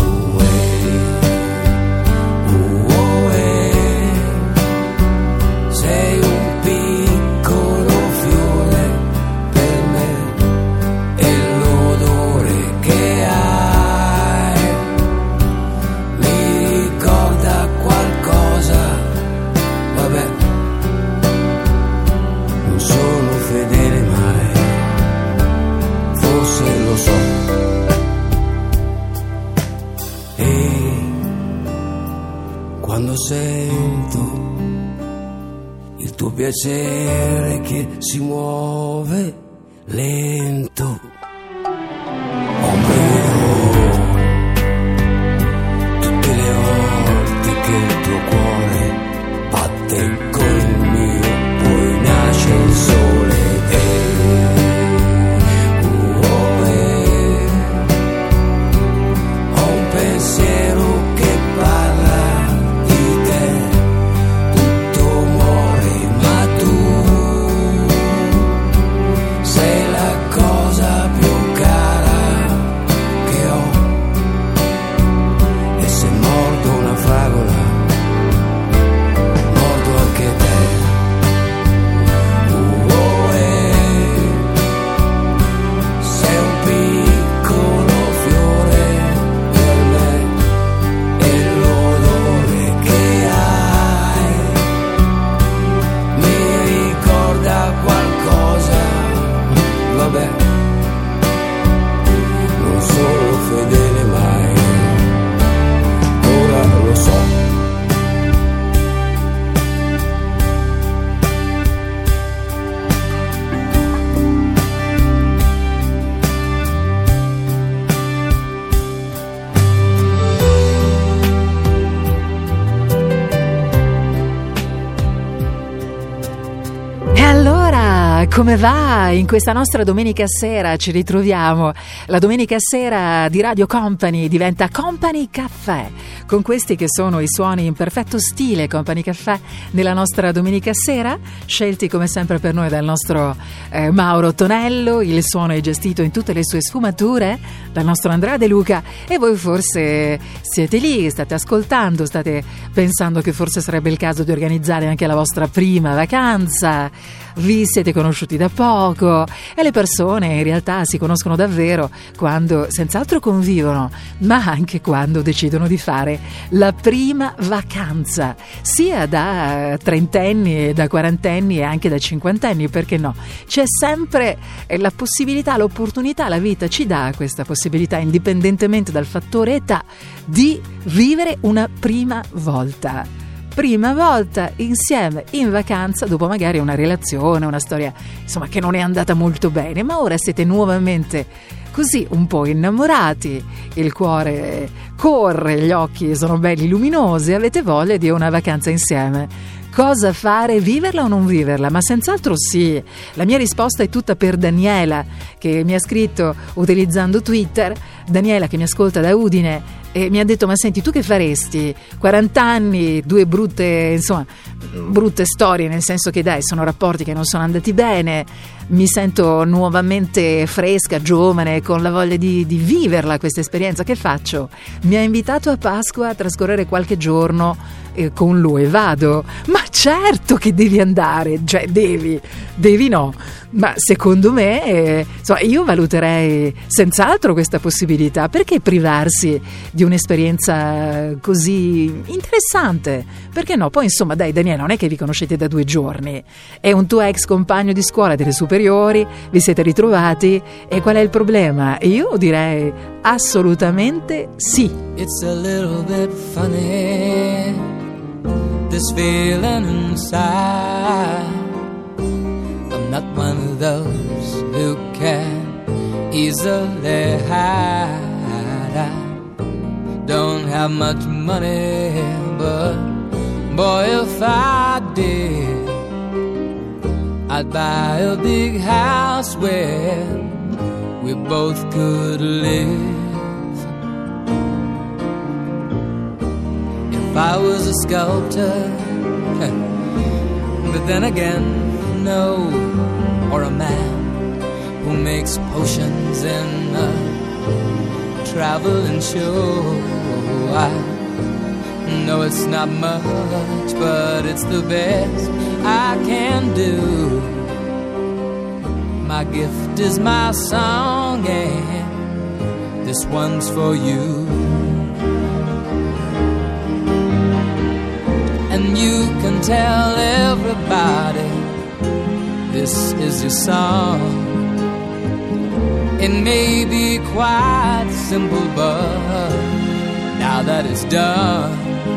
K: sei un piccolo fiore per me e l'odore che hai mi ricorda qualcosa, vabbè, non sono fedele mai, forse lo so, e quando sento il tuo piacere che si muove lento, tutte le volte che il tuo cuore batte con il mio, poi nasce il sole ho un pensiero che parla di te, tutto muore ma tu sei la cosa più cara che ho, e se mordo una fragola mordo anche te, sei un piccolo fiore per me e l'odore che hai mi ricorda qualcosa, vabbè, non sono fedele mai, ora lo so.
B: E allora, come va? In questa nostra domenica sera ci ritroviamo. La domenica sera di Radio Company diventa Company Caffè, con questi che sono i suoni in perfetto stile Company Caffè nella nostra domenica sera, scelti come sempre per noi dal nostro Mauro Tonello. Il suono è gestito in tutte le sue sfumature dal nostro Andrea De Luca, e voi forse siete lì, state ascoltando, state pensando che forse sarebbe il caso di organizzare anche la vostra prima vacanza. Vi siete conosciuti da poco e le persone in realtà si conoscono davvero quando senz'altro convivono, ma anche quando decidono di fare la prima vacanza, sia da trentenni, da quarantenni e anche da cinquantenni, perché no? C'è sempre la possibilità, l'opportunità, la vita ci dà questa possibilità, indipendentemente dal fattore età, di vivere una prima volta insieme in vacanza, dopo magari una relazione, una storia insomma che non è andata molto bene, ma ora siete nuovamente così un po' innamorati, il cuore corre, gli occhi sono belli luminosi, avete voglia di una vacanza insieme. Cosa fare? Viverla o non viverla? Ma senz'altro sì. La mia risposta è tutta per Daniela, che mi ha scritto utilizzando Twitter. Daniela, che mi ascolta da Udine e mi ha detto: ma senti, tu che faresti? 40 anni, 2 brutte storie, nel senso che dai, sono rapporti che non sono andati bene, mi sento nuovamente fresca, giovane, con la voglia di viverla questa esperienza, che faccio? Mi ha invitato a Pasqua a trascorrere qualche giorno con lui, vado? Ma certo che devi andare, cioè devi no, ma secondo me insomma, io valuterei senz'altro questa possibilità. Perché privarsi di un'esperienza così interessante? Perché no? Poi insomma dai Daniele, non è che vi conoscete da 2 giorni, è un tuo ex compagno di scuola delle superiori, vi siete ritrovati, e qual è il problema? Io direi assolutamente sì.
J: It's a little bit funny, this feeling inside. I'm not one of those who can easily hide. I don't have much money, but boy, if I did, I'd buy a big house where we both could live. If I was a sculptor, but then again, no, or a man who makes potions in a traveling show. I know it's not much, but it's the best I can do. My gift is my song, and this one's for you. And you can tell everybody this is your song. It may be quite simple, but now that it's done,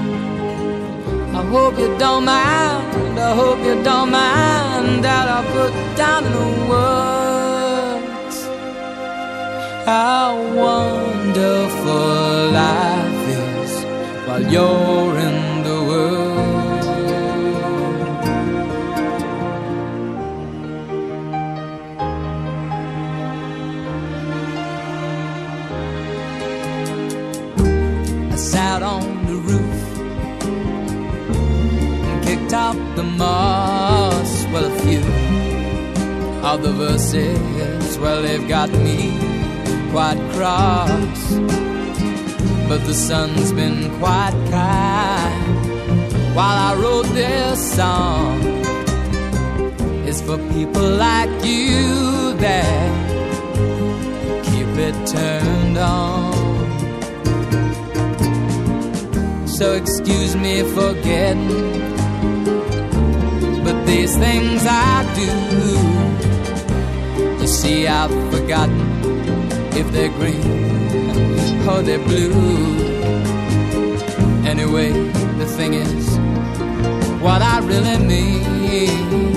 J: I hope you don't mind, I hope you don't mind that I put down in the words how wonderful life is while you're in the world. Sat on the roof and kicked out the moss. Well, a few of the verses, well, they've got me quite cross, but the sun's been quite kind while I wrote this song. It's for people like you that keep it turned on. So excuse me for getting, but these things I do, you see, I've forgotten if they're green or they're blue. Anyway, the thing is, what I really mean,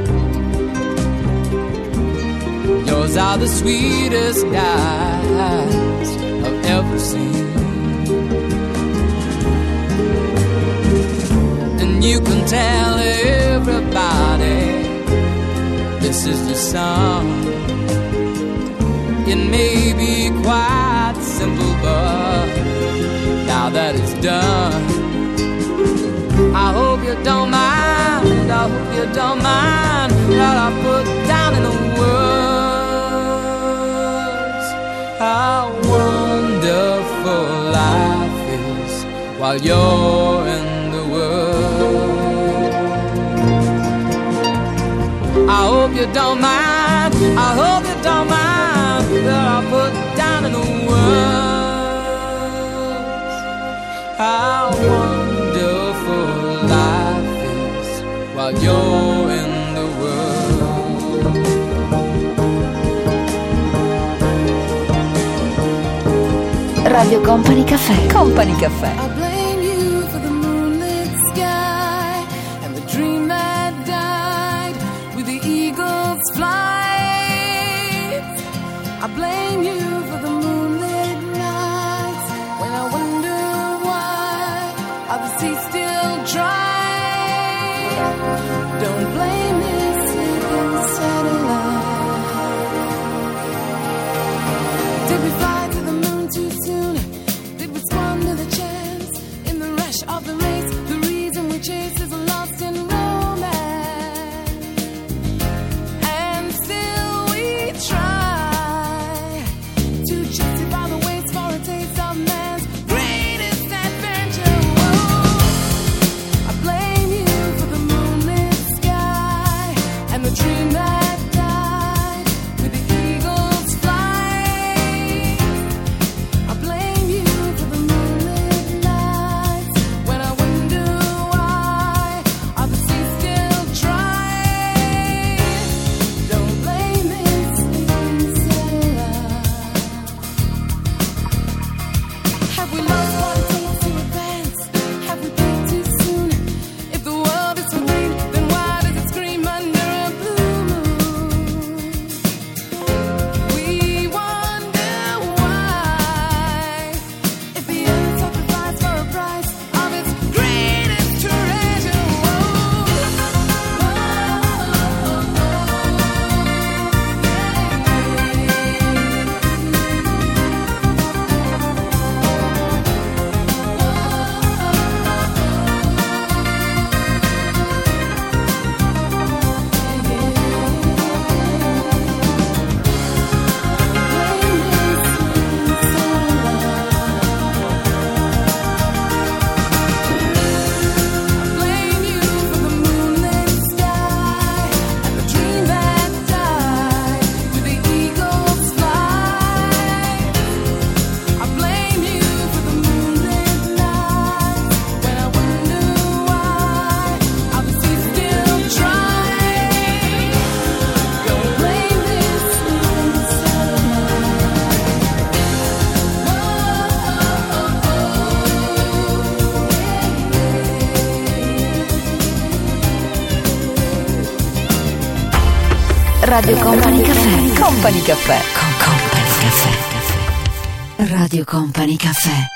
J: yours are the sweetest eyes I've ever seen. You can tell everybody this is your song. It may be quite simple, but now that it's done, I hope you don't mind, I hope you don't mind that I put down in the words how wonderful life is while you're in the world. I hope you don't mind, I hope you don't mind that I put down in the words how wonderful life is while you're in the world.
A: Radio Company Cafè. Company Cafè.
C: I blame you for the moonlit nights when I wonder why are the seas still dry. Don't blame this sleeping satellite. Did we fly to the moon too soon? Did we squander
A: Radio Company Cafè. Company Cafè. Company Cafè. Radio Company Cafè.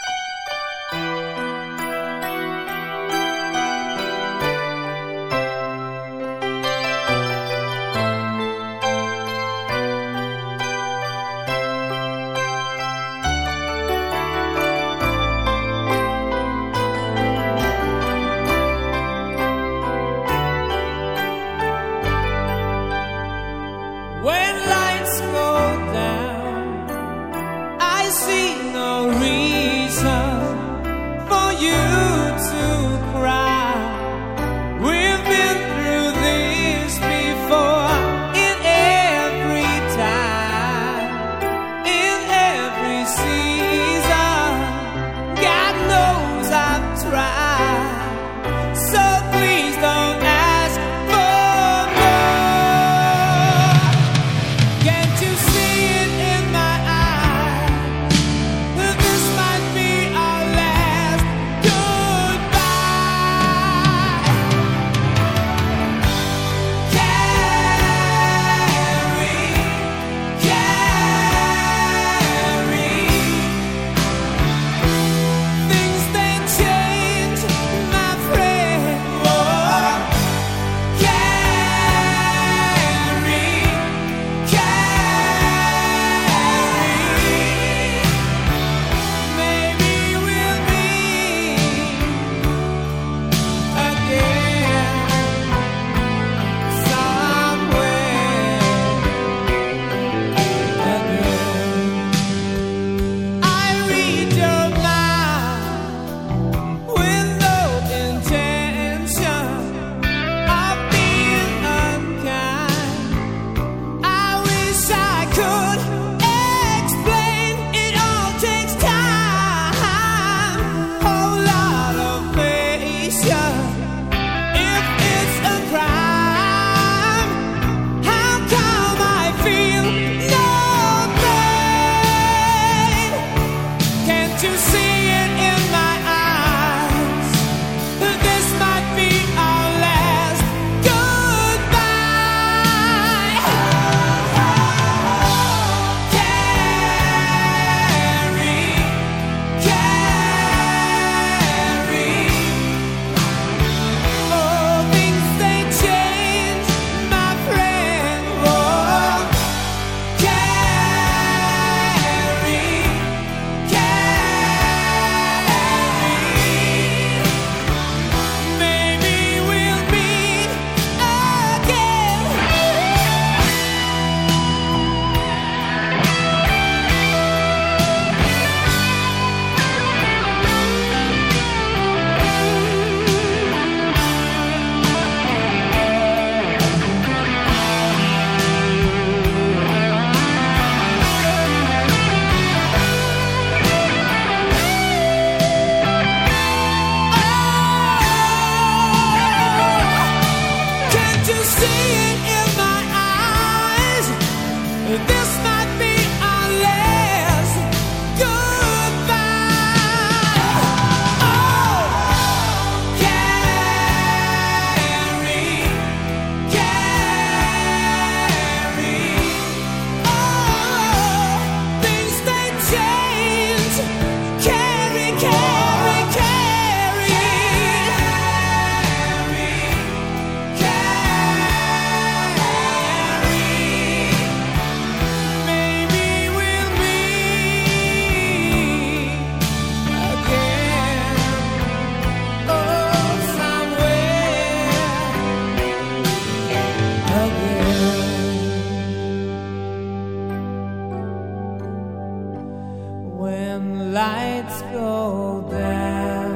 K: when lights go down.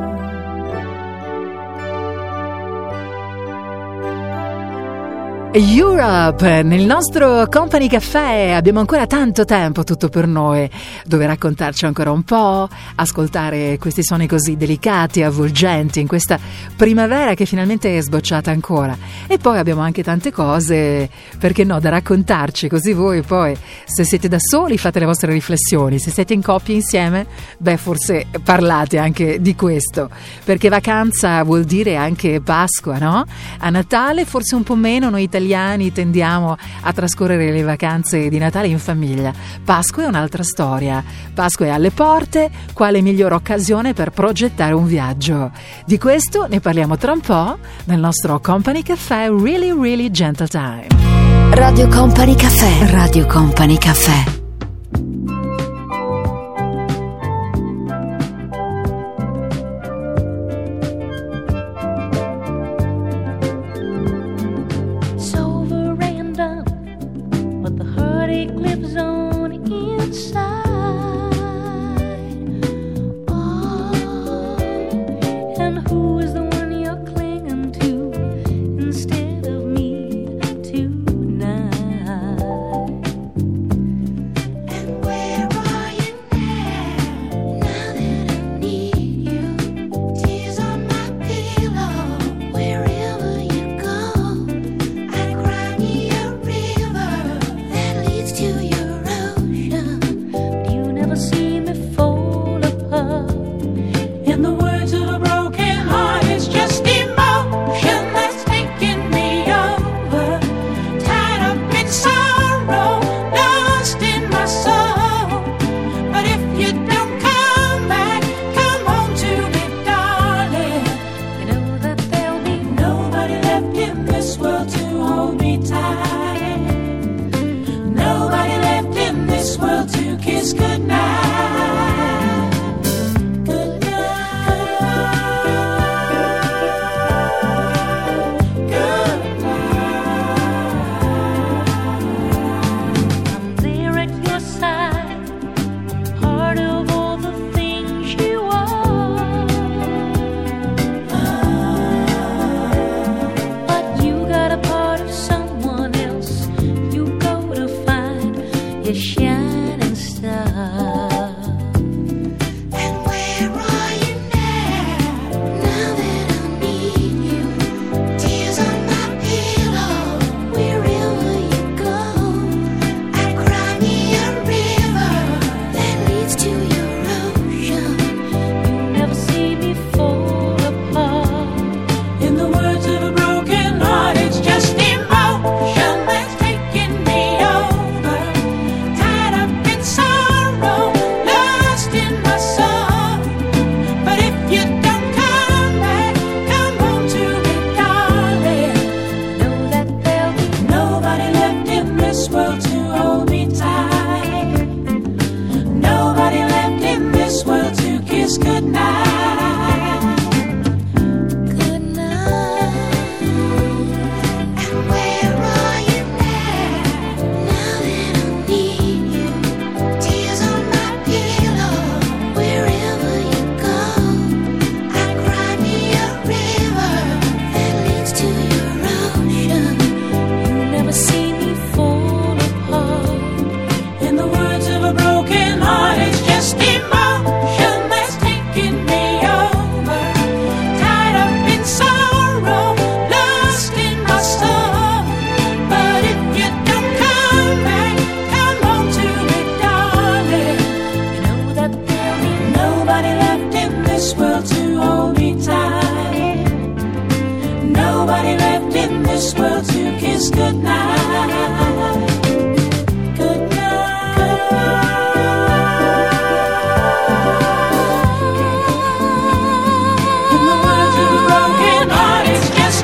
B: Europe, nel nostro Company Café abbiamo ancora tanto tempo tutto per noi, dove raccontarci ancora un po', ascoltare questi suoni così delicati e avvolgenti in questa primavera che finalmente è sbocciata ancora. E poi abbiamo anche tante cose, perché no, da raccontarci, così voi poi, se siete da soli, fate le vostre riflessioni, se siete in coppia insieme, beh, forse parlate anche di questo, perché vacanza vuol dire anche Pasqua, no? A Natale forse un po' meno, noi italiani tendiamo a trascorrere le vacanze di Natale in famiglia. Pasqua è un'altra storia. Pasqua è alle porte, quale migliore occasione per progettare un viaggio? Di questo ne parliamo tra un po' nel nostro Company Café Really Really Gentle Time.
A: Radio Company Café. Radio Company Café.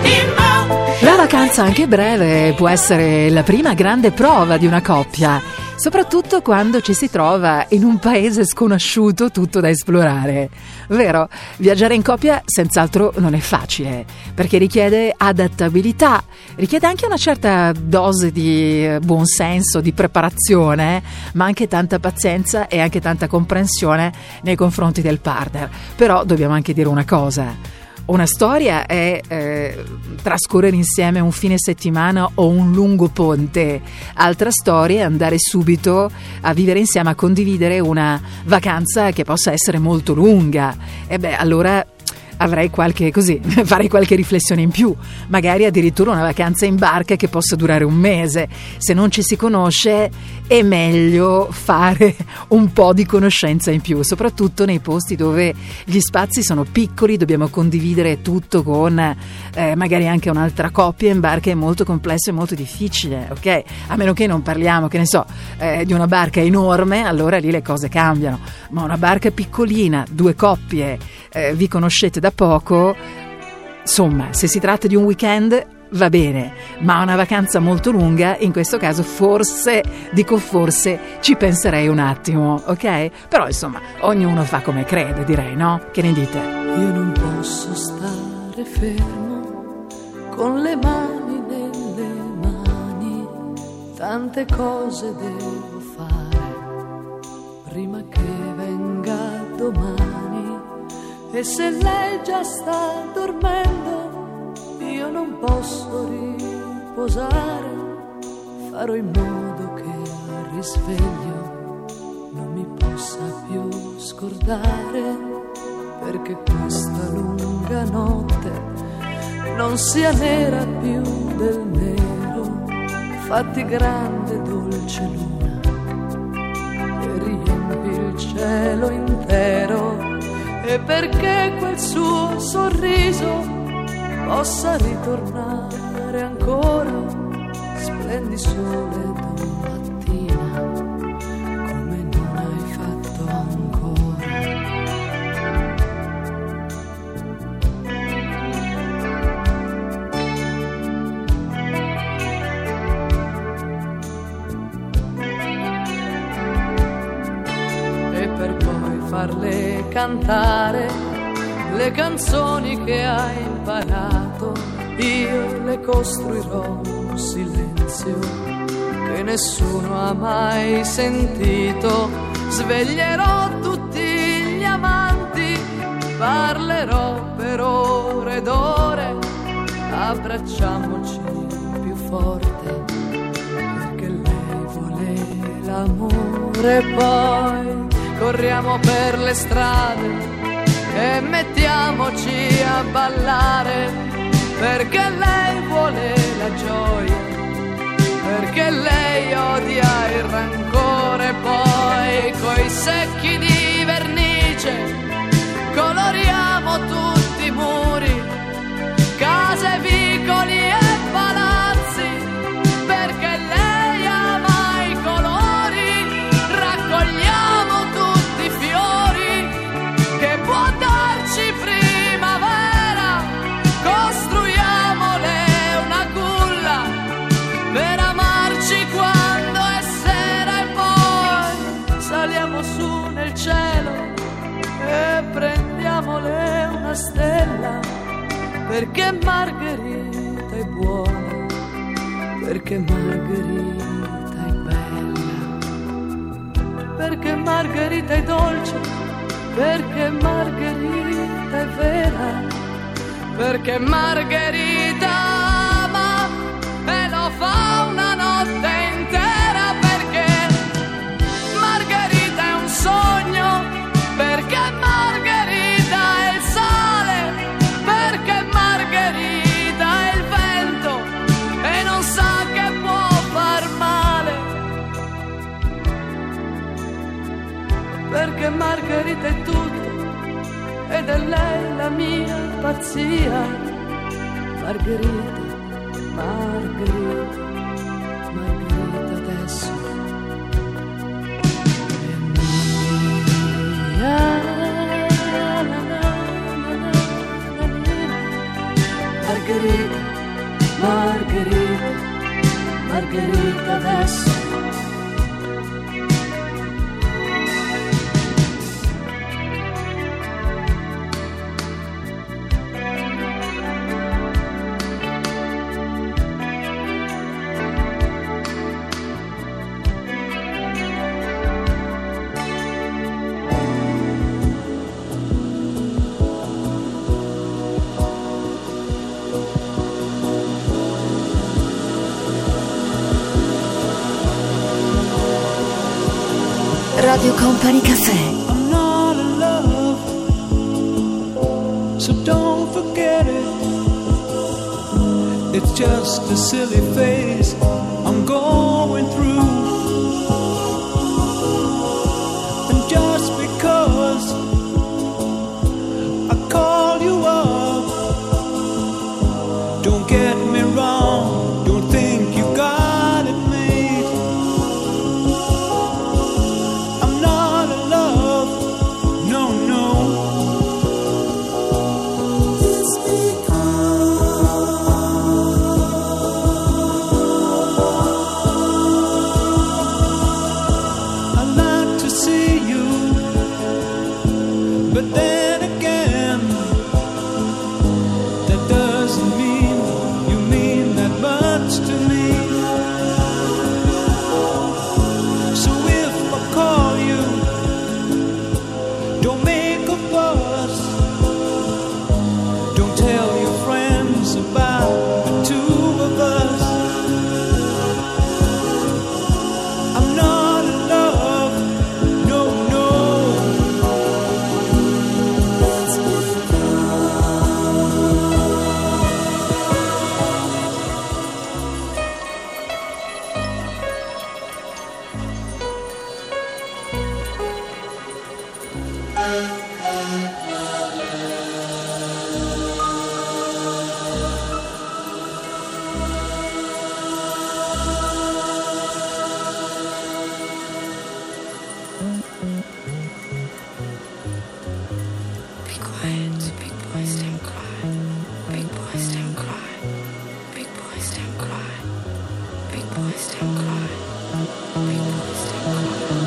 B: La vacanza anche breve può essere la prima grande prova di una coppia. soprattutto quando ci si trova in un paese sconosciuto, tutto da esplorare. Vero? Viaggiare in coppia senz'altro non è facile, perché richiede adattabilità, richiede anche una certa dose di buonsenso, di preparazione, ma anche tanta pazienza e anche tanta comprensione nei confronti del partner. Però dobbiamo anche dire una cosa: una storia è trascorrere insieme un fine settimana o un lungo ponte, altra storia è andare subito a vivere insieme, a condividere una vacanza che possa essere molto lunga. E beh, allora avrei farei qualche riflessione in più, magari addirittura una vacanza in barca che possa durare un mese. Se non ci si conosce è meglio fare un po' di conoscenza in più, soprattutto nei posti dove gli spazi sono piccoli, dobbiamo condividere tutto con magari anche un'altra coppia in barca, è molto complesso e molto difficile, ok? A meno che non parliamo, che ne so, di una barca enorme, allora lì le cose cambiano, ma una barca piccolina, 2 coppie, vi conoscete da poco, insomma, se si tratta di un weekend va bene, ma una vacanza molto lunga, in questo caso forse ci penserei un attimo, ok? Però insomma, ognuno fa come crede, direi, no? Che ne dite?
L: Io non posso stare fermo con le mani nelle mani, tante cose devo fare prima che venga domani. E se lei già sta dormendo, io non posso riposare. Farò in modo che al risveglio non mi possa più scordare, perché questa lunga notte non sia nera più del nero. Fatti grande dolce luna e riempi il cielo intero, e perché quel suo sorriso possa ritornare ancora. Splendi sole domattina come non hai fatto ancora. E per poi farle cantare le canzoni che hai imparato, io le costruirò un silenzio che nessuno ha mai sentito. Sveglierò tutti gli amanti, parlerò per ore ed ore, abbracciamoci più forte perché lei vuole l'amore. Poi corriamo per le strade e mettiamoci a ballare, perché lei vuole la gioia, perché lei odia il rancore. Poi coi secchi di vernice coloriamo tutti i muri, case, vicoli e palazzi, perché lei ama i colori. Raccogliamo tutti i fiori che può darci primavera, costruiamole una culla per amarci quando è sera, e poi saliamo su nel cielo e prendiamole una stella, perché Margherita è buona, perché Margherita è bella, perché Margherita è dolce, perché Margherita è vera, perché Margherita ama e lo fa una notte intera, perché Margherita è un sogno, perché Margherita è il sale, perché Margherita è il vento e non sa che può far male, perché Margherita è tutto ed è lei la mia pazzia. Margherita, Margherita, Margherita adesso è mia. Margherita, Margherita, Margherita adesso
A: Company Café.
I: I'm not in love, so don't forget it. It's just a silly phase I'm going through. And just because I call you up, don't get me wrong, don't think you got it made. I'm not in love, no, no. It's I like to see you, but then again, that doesn't mean you mean that much to me. So if I call you, don't make a fuss. Don't tell your friends about the two of us. I'm not in love, no, no.
A: Be quiet, big boys don't cry. Big boys don't cry. Big boys don't cry. Big boys don't cry. Big boys don't cry.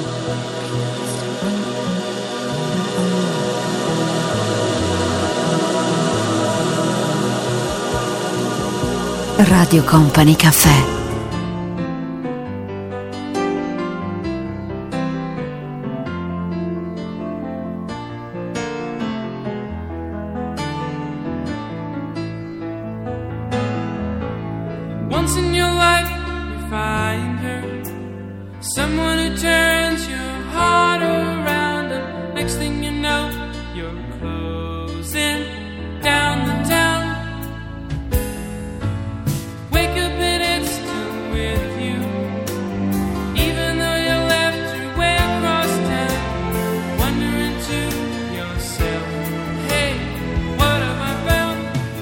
A: Radio Company Café.
M: Once in your life, you find her, someone who turns your heart around, and next thing you know, you're closing down the town. Wake up and it's still with you, even though you left your way across town. Wondering to yourself, hey, what have I found?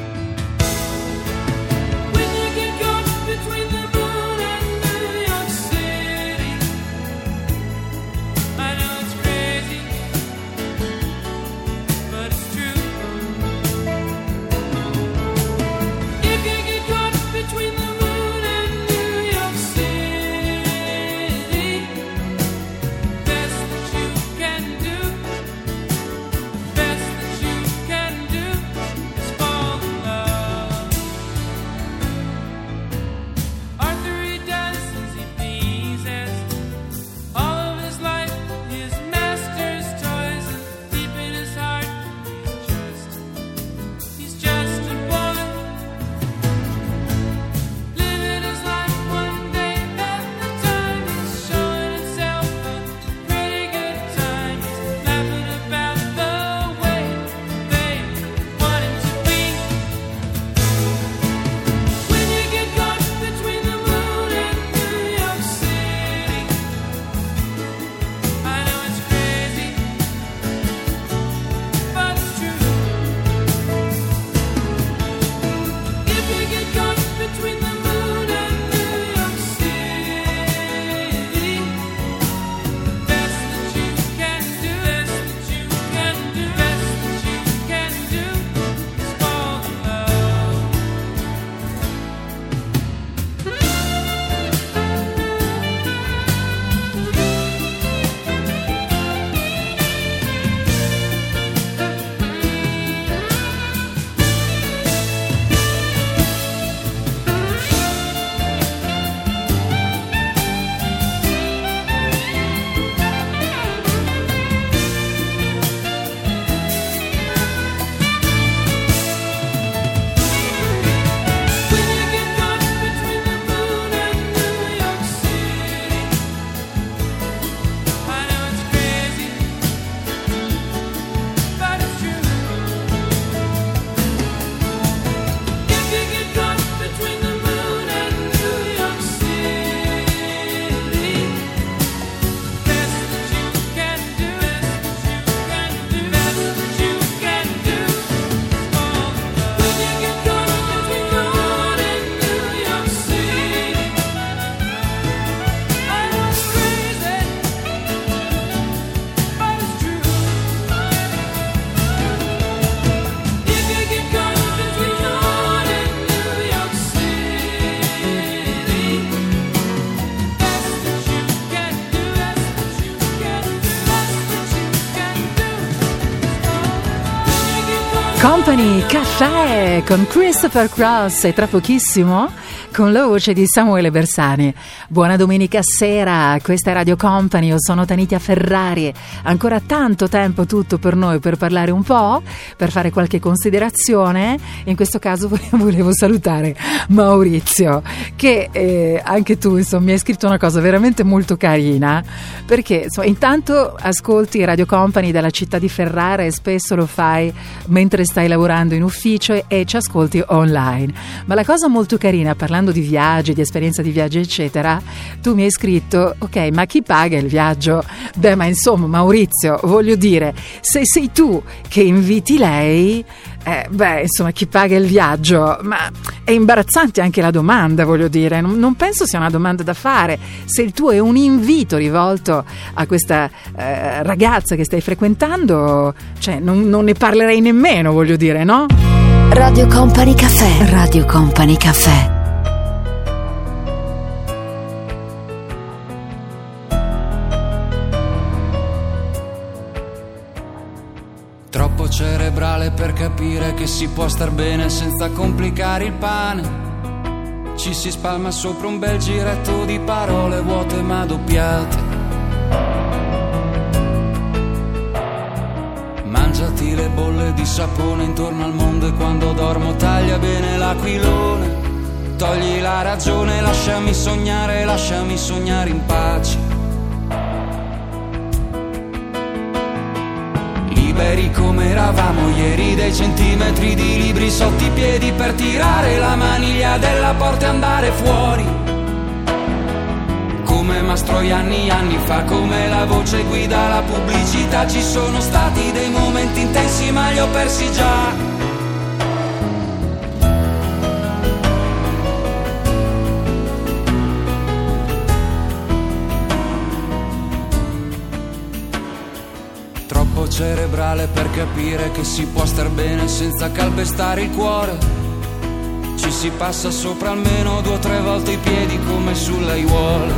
M: When you get caught between the moon and New York City, I know it's crazy, but it's
B: Company Caffè con Christopher Cross e tra pochissimo con la voce di Samuele Bersani. Buona domenica sera, questa è Radio Company, io sono Tanitia Ferrari. Ancora tanto tempo tutto per noi per parlare un po', per fare qualche considerazione. In questo caso volevo salutare Maurizio, che anche tu insomma mi hai scritto una cosa veramente molto carina, perché insomma, intanto ascolti Radio Company dalla città di Ferrara e spesso lo fai mentre stai lavorando in ufficio e ci ascolti online. Ma la cosa molto carina, parlando di viaggi, di esperienza di viaggio eccetera, tu mi hai scritto ok, ma chi paga il viaggio? Beh, ma insomma Maurizio, voglio dire, se sei tu che inviti lei, beh insomma chi paga il viaggio? Ma è imbarazzante anche la domanda, voglio dire, non penso sia una domanda da fare. Se il tuo è un invito rivolto a questa ragazza che stai frequentando, cioè non ne parlerei nemmeno, voglio dire, no?
N: Radio Company Caffè. Radio Company Caffè.
J: Troppo cerebrale per capire che si può star bene senza complicare il pane. Ci si spalma sopra un bel giretto di parole vuote ma doppiate. Mangiati le bolle di sapone intorno al mondo e quando dormo taglia bene l'aquilone. Togli la ragione, lasciami sognare in pace. Liberi come eravamo ieri, dei centimetri di libri sotto i piedi per tirare la maniglia della porta e andare fuori. Come Mastroianni anni fa, come la voce guida la pubblicità. Ci sono stati dei momenti intensi ma li ho persi già. Cerebrale per capire che si può star bene senza calpestare il cuore. Ci si passa sopra almeno 2 o 3 volte i piedi come sulle aiuole.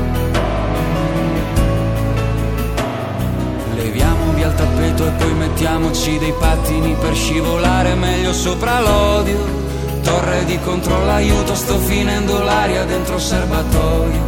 J: Leviamo via il tappeto e poi mettiamoci dei pattini per scivolare meglio sopra l'odio. Torre di controllo, aiuto, sto finendo l'aria dentro il serbatoio.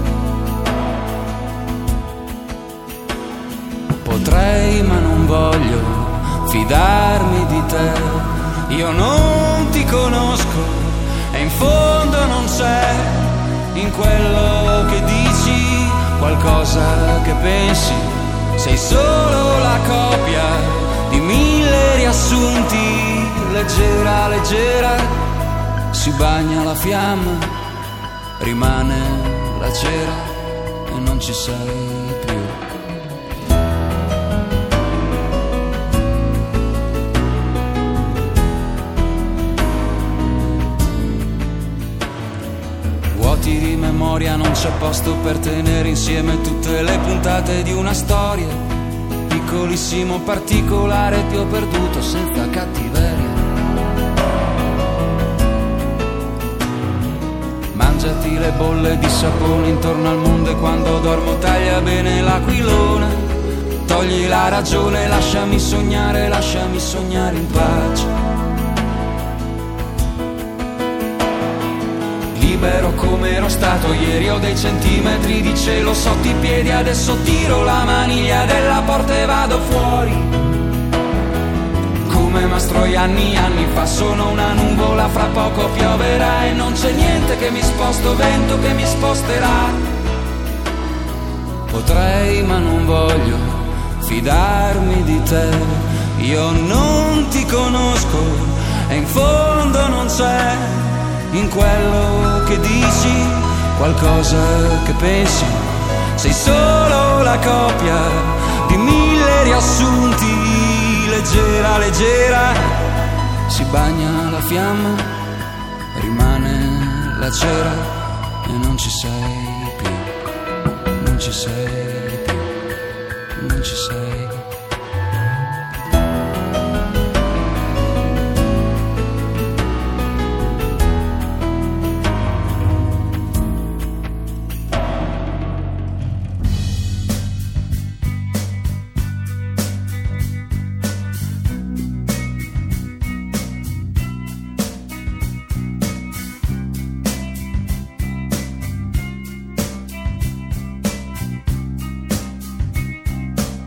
J: Potrei ma non voglio fidarmi di te. Io non ti conosco e in fondo non c'è in quello che dici qualcosa che pensi. Sei solo la copia di 1000 riassunti. Leggera, leggera, si bagna la fiamma, rimane la cera e non ci sei più. Di memoria non c'è posto per tenere insieme tutte le puntate di una storia. Piccolissimo particolare ti ho perduto senza cattiveria. Mangiati le bolle di sapone intorno al mondo e quando dormo taglia bene l'aquilone. Togli la ragione, lasciami sognare in pace. Libero come ero stato ieri, ho dei centimetri di cielo sotto i piedi. Adesso tiro la maniglia della porta e vado fuori. Come Mastroianni anni fa, sono una nuvola, fra poco pioverà e non c'è niente che mi sposto, vento che mi sposterà. Potrei ma non voglio fidarmi di te. Io non ti conosco e in fondo non c'è in quello che dici qualcosa che pensi. Sei solo la copia di 1000 riassunti. Leggera, leggera, si bagna la fiamma, rimane la cera e non ci sei più. Non ci sei più. Non ci sei più.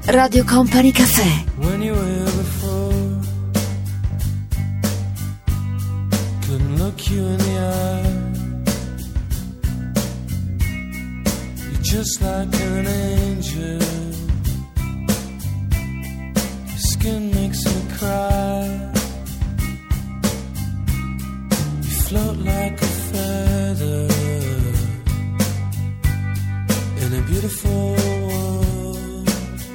N: Radio Company Cafè.
M: When you were here before, couldn't look you in the eye. You're just like an angel. Your skin makes me cry. You float like a feather in a beautiful world.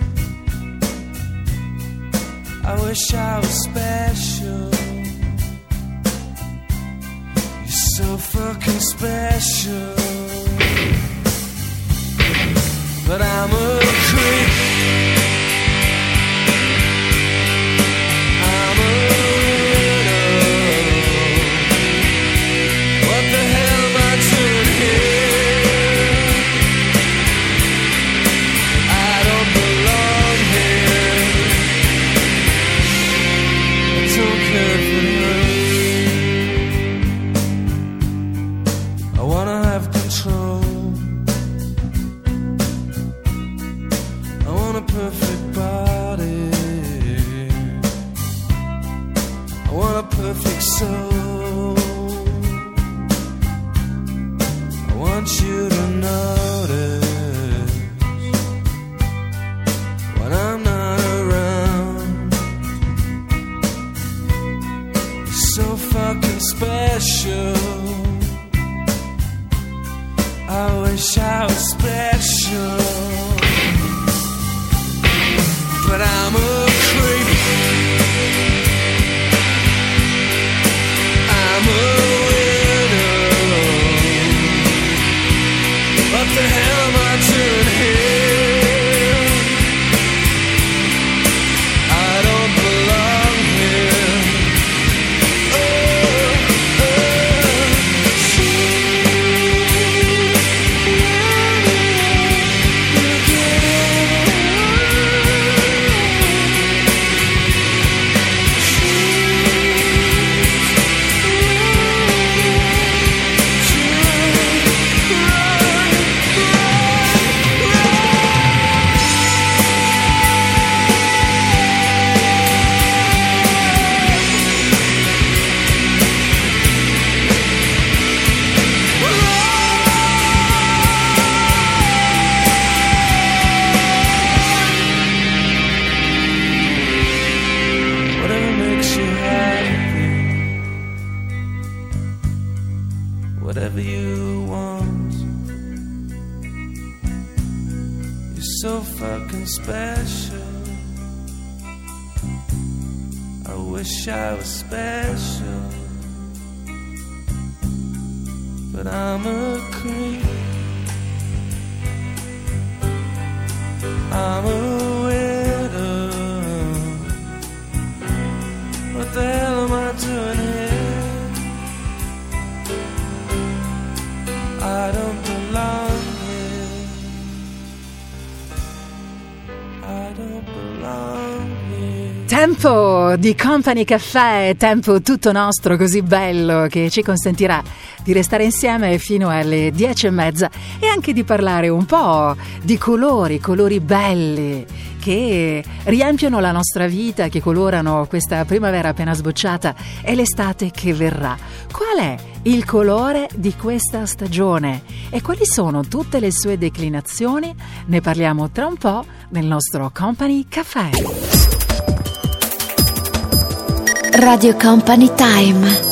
M: I wish I was special. You're so fucking special. But I'm a creep. I'm a widow. What the hell am I doing here? I don't belong here. I don't care if it hurts. I wanna have control. I want a perfect body. I want a perfect soul. I want you to notice when I'm not around. You're so fucking special. I wish I was special. But I'm a creep. I'm a widow. What the hell am I doing here? I don't belong here. Whatever makes you happy, whatever you want. You're so fucking special. I wish I was special. But I'm a creep. I'm a widow. What the hell am I doing here? I don't belong here. I don't belong here.
B: Tempo di Company Cafè, tempo tutto nostro, così bello, che ci consentirà di restare insieme fino alle 10:30 e anche di parlare un po' di colori belli che riempiono la nostra vita, che colorano questa primavera appena sbocciata e l'estate che verrà. Qual è il colore di questa stagione e quali sono tutte le sue declinazioni? Ne parliamo tra un po' nel nostro Company Cafè.
N: Radio Company Time.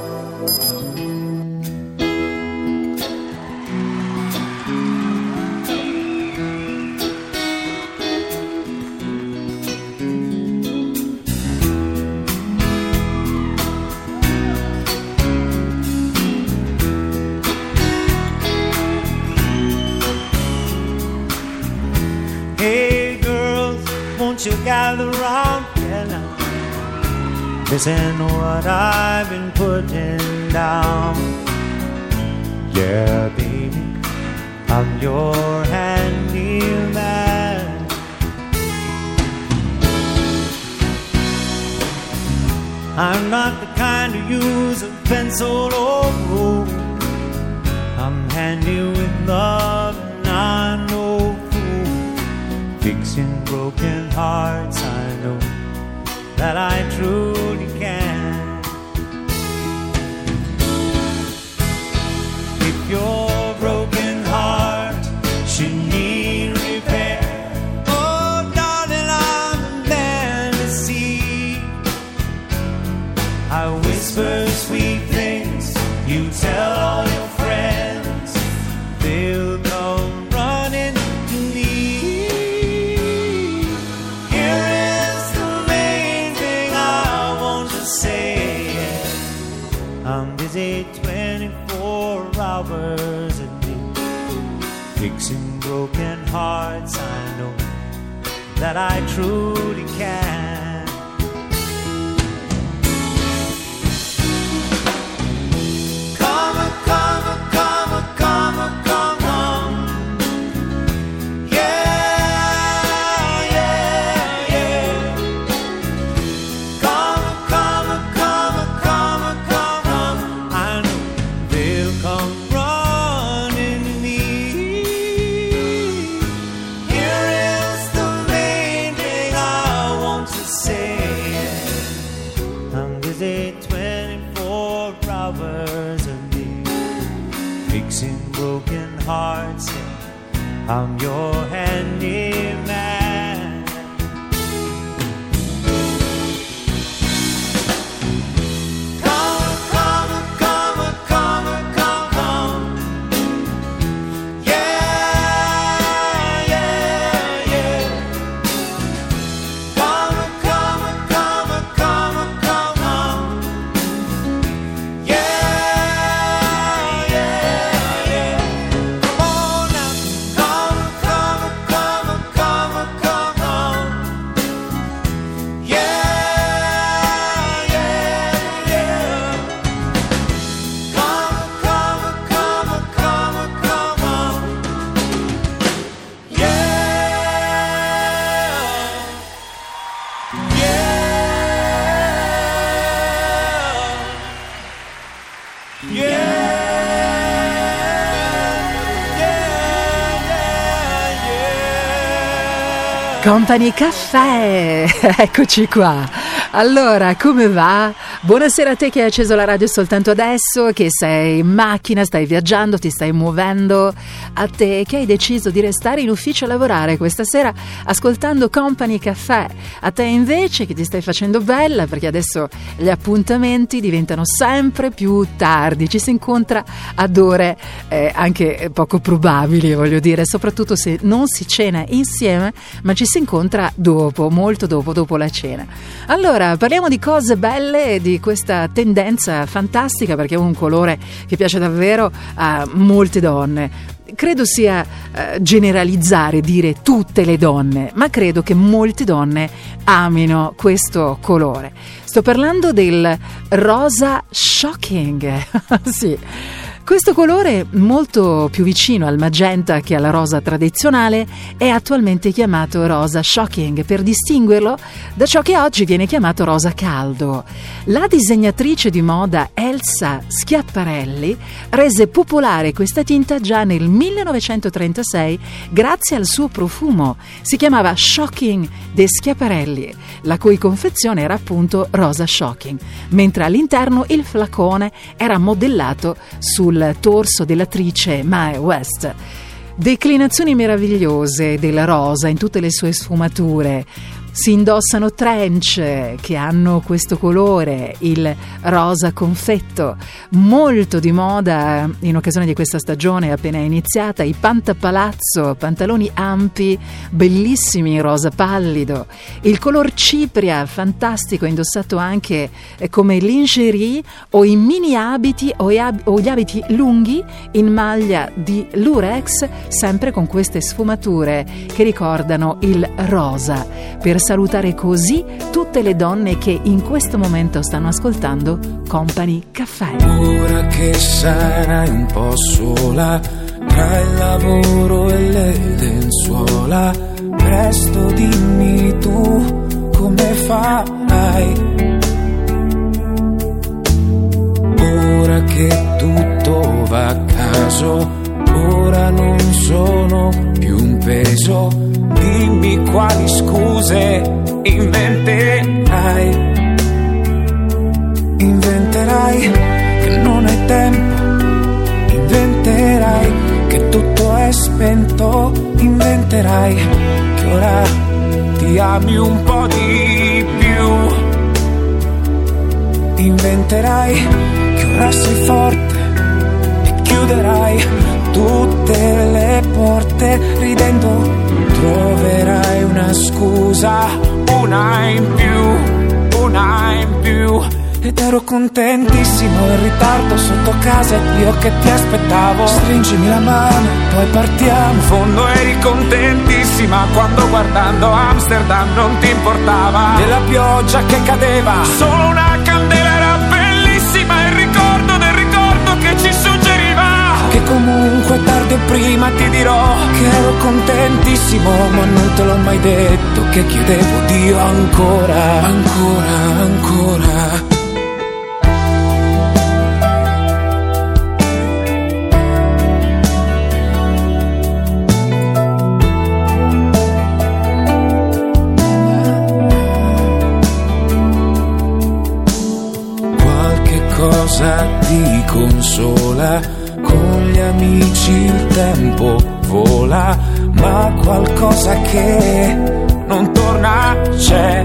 O: Hey girls, won't you gather round here now? Listen to what I've been putting down. Yeah, baby, I'm your handyman. I'm not the kind to use a pencil or rule. I'm handy with love and I'm no fool. Fixing broken hearts, I know that I truly can. If your broken heart should need repair, oh darling, I'm there to see. I whisper sweet things, you tell all your friends, they'll come running to me. Here is the main thing I want to say. I'm busy 24 hours a day, fixing broken hearts, I know that I truly can. I'm your handyman. Come, come, come, come, come, come. Yeah, yeah, yeah. Come, come, come, come, come, come. Yeah, yeah, yeah. Come on now.
B: Company Caffè, eccoci qua. Allora, come va? Buonasera a te che hai acceso la radio soltanto adesso, che sei in macchina, stai viaggiando, ti stai muovendo, a te che hai deciso di restare in ufficio a lavorare questa sera ascoltando Company Caffè, a te invece che ti stai facendo bella perché adesso gli appuntamenti diventano sempre più tardi, ci si incontra ad ore anche poco probabili, voglio dire, soprattutto se non si cena insieme, ma ci si incontra dopo, molto dopo la cena. Allora, parliamo di cose belle, di questa tendenza fantastica, perché è un colore che piace davvero a molte donne. Credo sia generalizzare, dire tutte le donne, ma credo che molte donne amino questo colore. Sto parlando del rosa shocking. Sì. Questo colore, molto più vicino al magenta che alla rosa tradizionale, è attualmente chiamato rosa shocking per distinguerlo da ciò che oggi viene chiamato rosa caldo. La disegnatrice di moda Elsa Schiaparelli rese popolare questa tinta già nel 1936 grazie al suo profumo. Si chiamava Shocking de Schiaparelli, la cui confezione era appunto rosa shocking, mentre all'interno il flacone era modellato sul torso dell'attrice Mae West. Declinazioni meravigliose del rosa in tutte le sue sfumature. Si indossano trench che hanno questo colore, il rosa confetto, molto di moda in occasione di questa stagione appena iniziata, i pantapalazzo, pantaloni ampi, bellissimi rosa pallido, il color cipria fantastico indossato anche come lingerie o in mini abiti o gli abiti lunghi in maglia di lurex, sempre con queste sfumature che ricordano il rosa, per salutare così tutte le donne che in questo momento stanno ascoltando Company Caffè.
K: Ora che sarai un po' sola tra il lavoro e le lenzuola, presto dimmi tu come farai. Ora che tutto va a caso, ora non sono più un peso,
P: dimmi quali scuse inventerai. Inventerai che non hai tempo, inventerai che tutto è spento, inventerai che ora ti ami un po' di più. Inventerai che ora sei forte e chiuderai tutte le porte ridendo. Troverai una scusa, una in più, una in più. Ed ero contentissimo in ritardo sotto casa io che ti aspettavo. Stringimi la mano, poi partiamo. In fondo eri contentissima quando guardando Amsterdam non ti importava della pioggia che cadeva. Solo una candela era bellissima, il ricordo del ricordo che ci suggeriva che comunque tardi o prima ti dirò che ero contentissimo, ma non te l'ho mai detto che chiedevo Dio ancora, ancora, ancora. Cosa ti consola? Con gli amici il tempo vola, ma qualcosa che non torna c'è.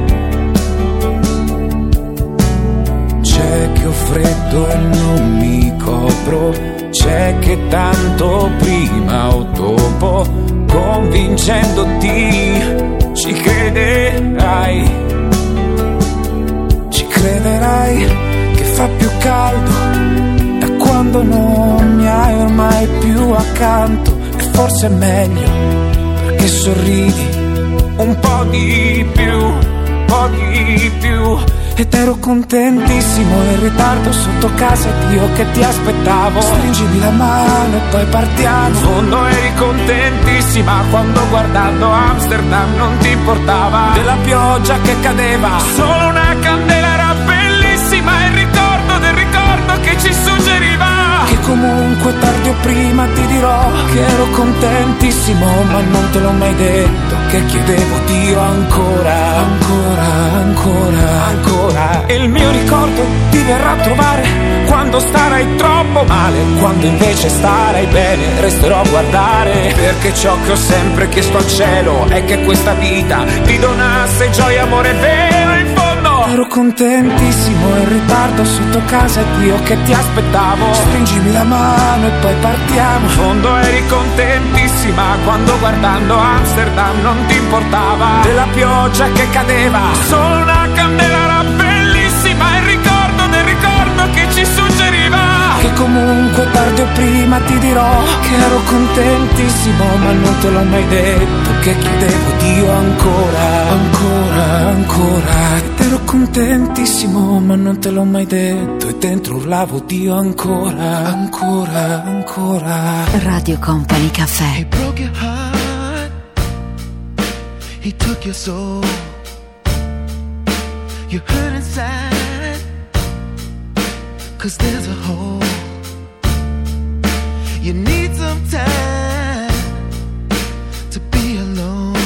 P: C'è che ho freddo e non mi copro, c'è che tanto prima o dopo, convincendoti, ci crederai. Ci crederai fa più caldo da quando non mi hai ormai più accanto. E forse è meglio perché sorridi un po' di più, un po' di più. Ed ero contentissimo in ritardo sotto casa io che ti aspettavo. Stringimi la mano e poi partiamo. In fondo eri contentissima quando guardando Amsterdam non ti importava della pioggia che cadeva. Solo una candela era bellissima, il ricordo del ricordo che ci suggeriva che comunque tardi o prima ti dirò che ero contentissimo, ma non te l'ho mai detto che chiedevo Dio ancora, ancora, ancora, ancora. E il mio ricordo ti verrà a trovare quando starai troppo male, quando invece starai bene resterò a guardare, perché ciò che ho sempre chiesto al cielo è che questa vita ti donasse gioia, amore vero. In fondo ero contentissimo in ritardo sotto casa io che ti aspettavo. Stringimi la mano e poi partiamo. In fondo eri contentissima quando guardando Amsterdam non ti importava della pioggia che cadeva. Solo una candela era bellissima, il ricordo del ricordo che ci suggeriva che comunque tardi o prima ti dirò che ero contentissimo, ma non te l'ho mai detto che chiedevo Dio ancora, ancora, ancora. Ed ero contentissimo, ma non te l'ho mai detto e dentro urlavo Dio ancora, ancora, ancora.
N: Radio Company Cafè.
Q: He broke your heart, he took your soul, you hurt inside, 'cause there's a hole. You need some time to be alone,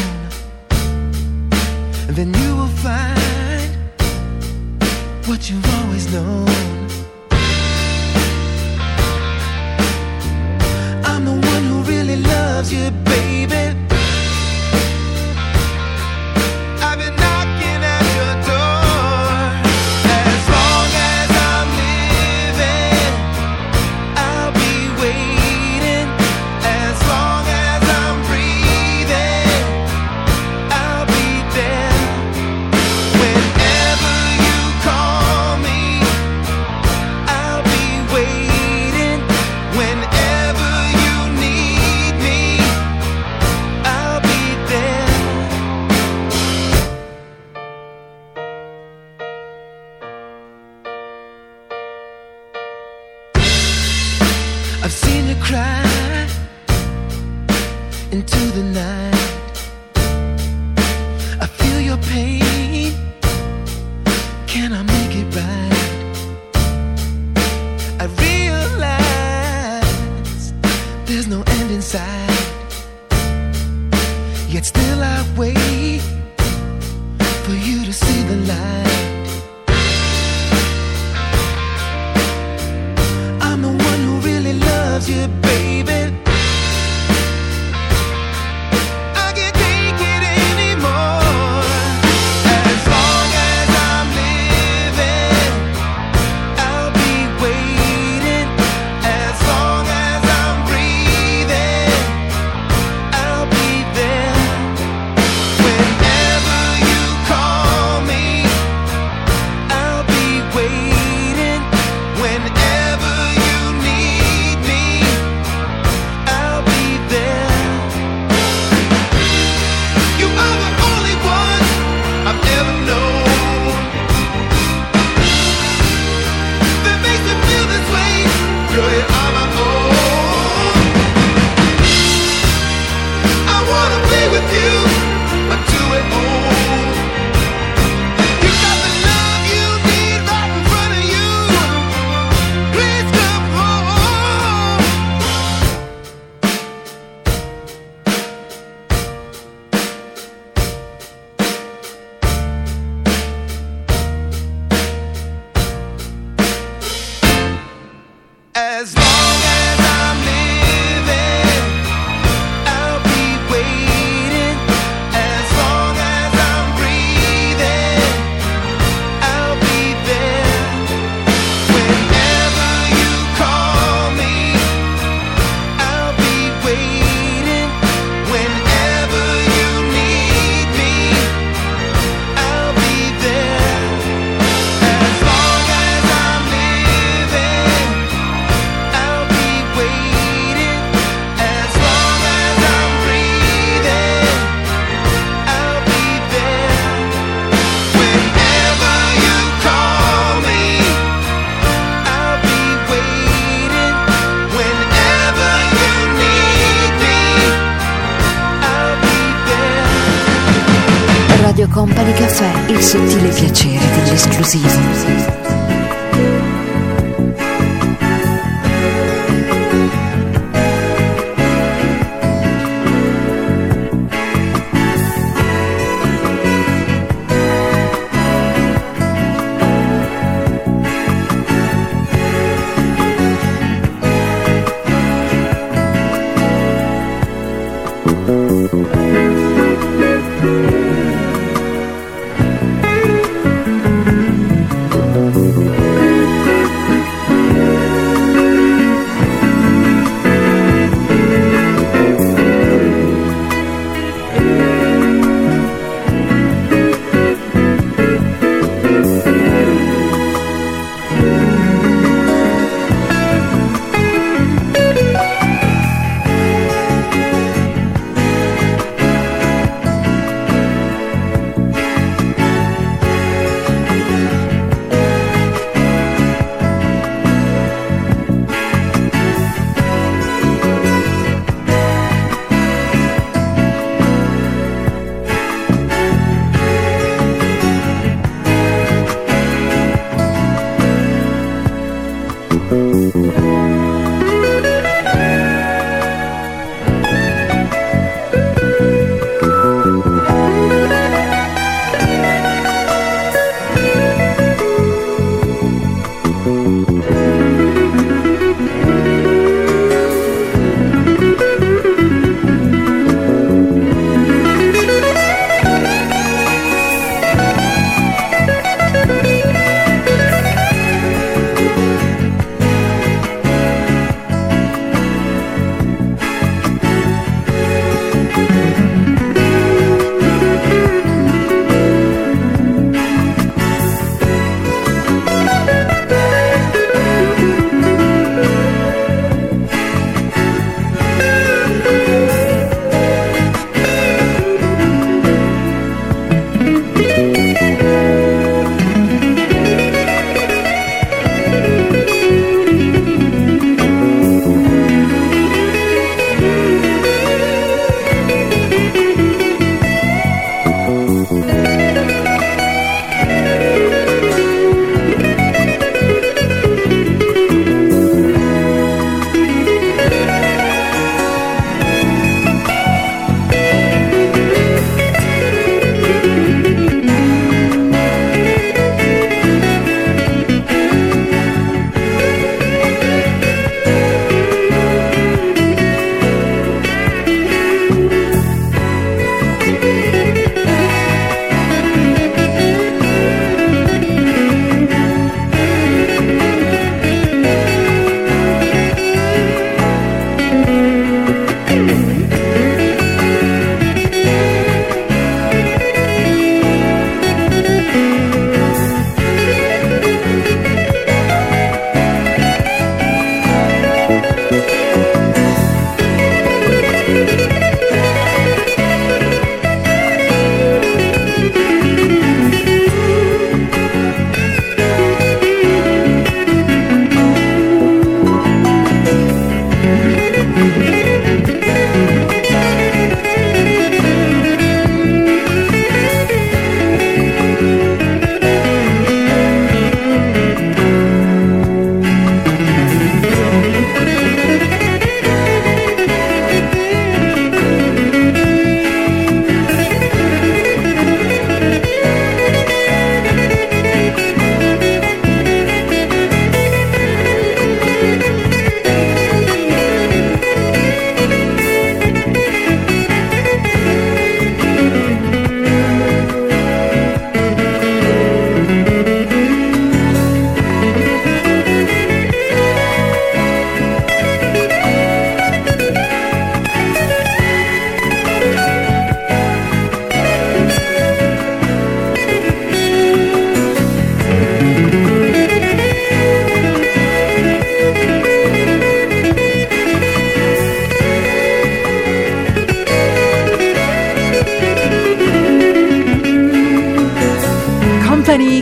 Q: and then you will find what you've always known. I'm the one who really loves you, baby. I've been knocking at your door. As long as I'm living, I'll be waiting. As long as I'm breathing, I'll be there. Whenever you call me, I'll be waiting. Whenever you need me, I'll be there. I've seen you cry into the night. I feel your pain. Can I make it right? I realize there's no end in sight. Yet still I wait for you to see the light. I'm the one who really loves you, baby. I can't take it anymore. As long as I'm living, I'll be waiting. As long as I'm breathing, I'll be there. Whenever you call me, I'll be waiting. Whenever you need me, I'll be there. You are the only one I've ever known that makes me feel this way. Girl, you are my own. I wanna be with you until we're old. You got the love you need right in front of you. Please come home. As long as I'm living, I'll be waiting. As long as I'm breathing, I'll be there. Whenever you call me, I'll be waiting. Whenever you need me, I'll be there. As long as I'm living, I'll be waiting. As long as I'm breathing, I'll be there. Whenever you call me, I'll be waiting. Whenever you need me, I'll be there.
N: Radio Company Cafè, il sottile piacere dell'esclusivo.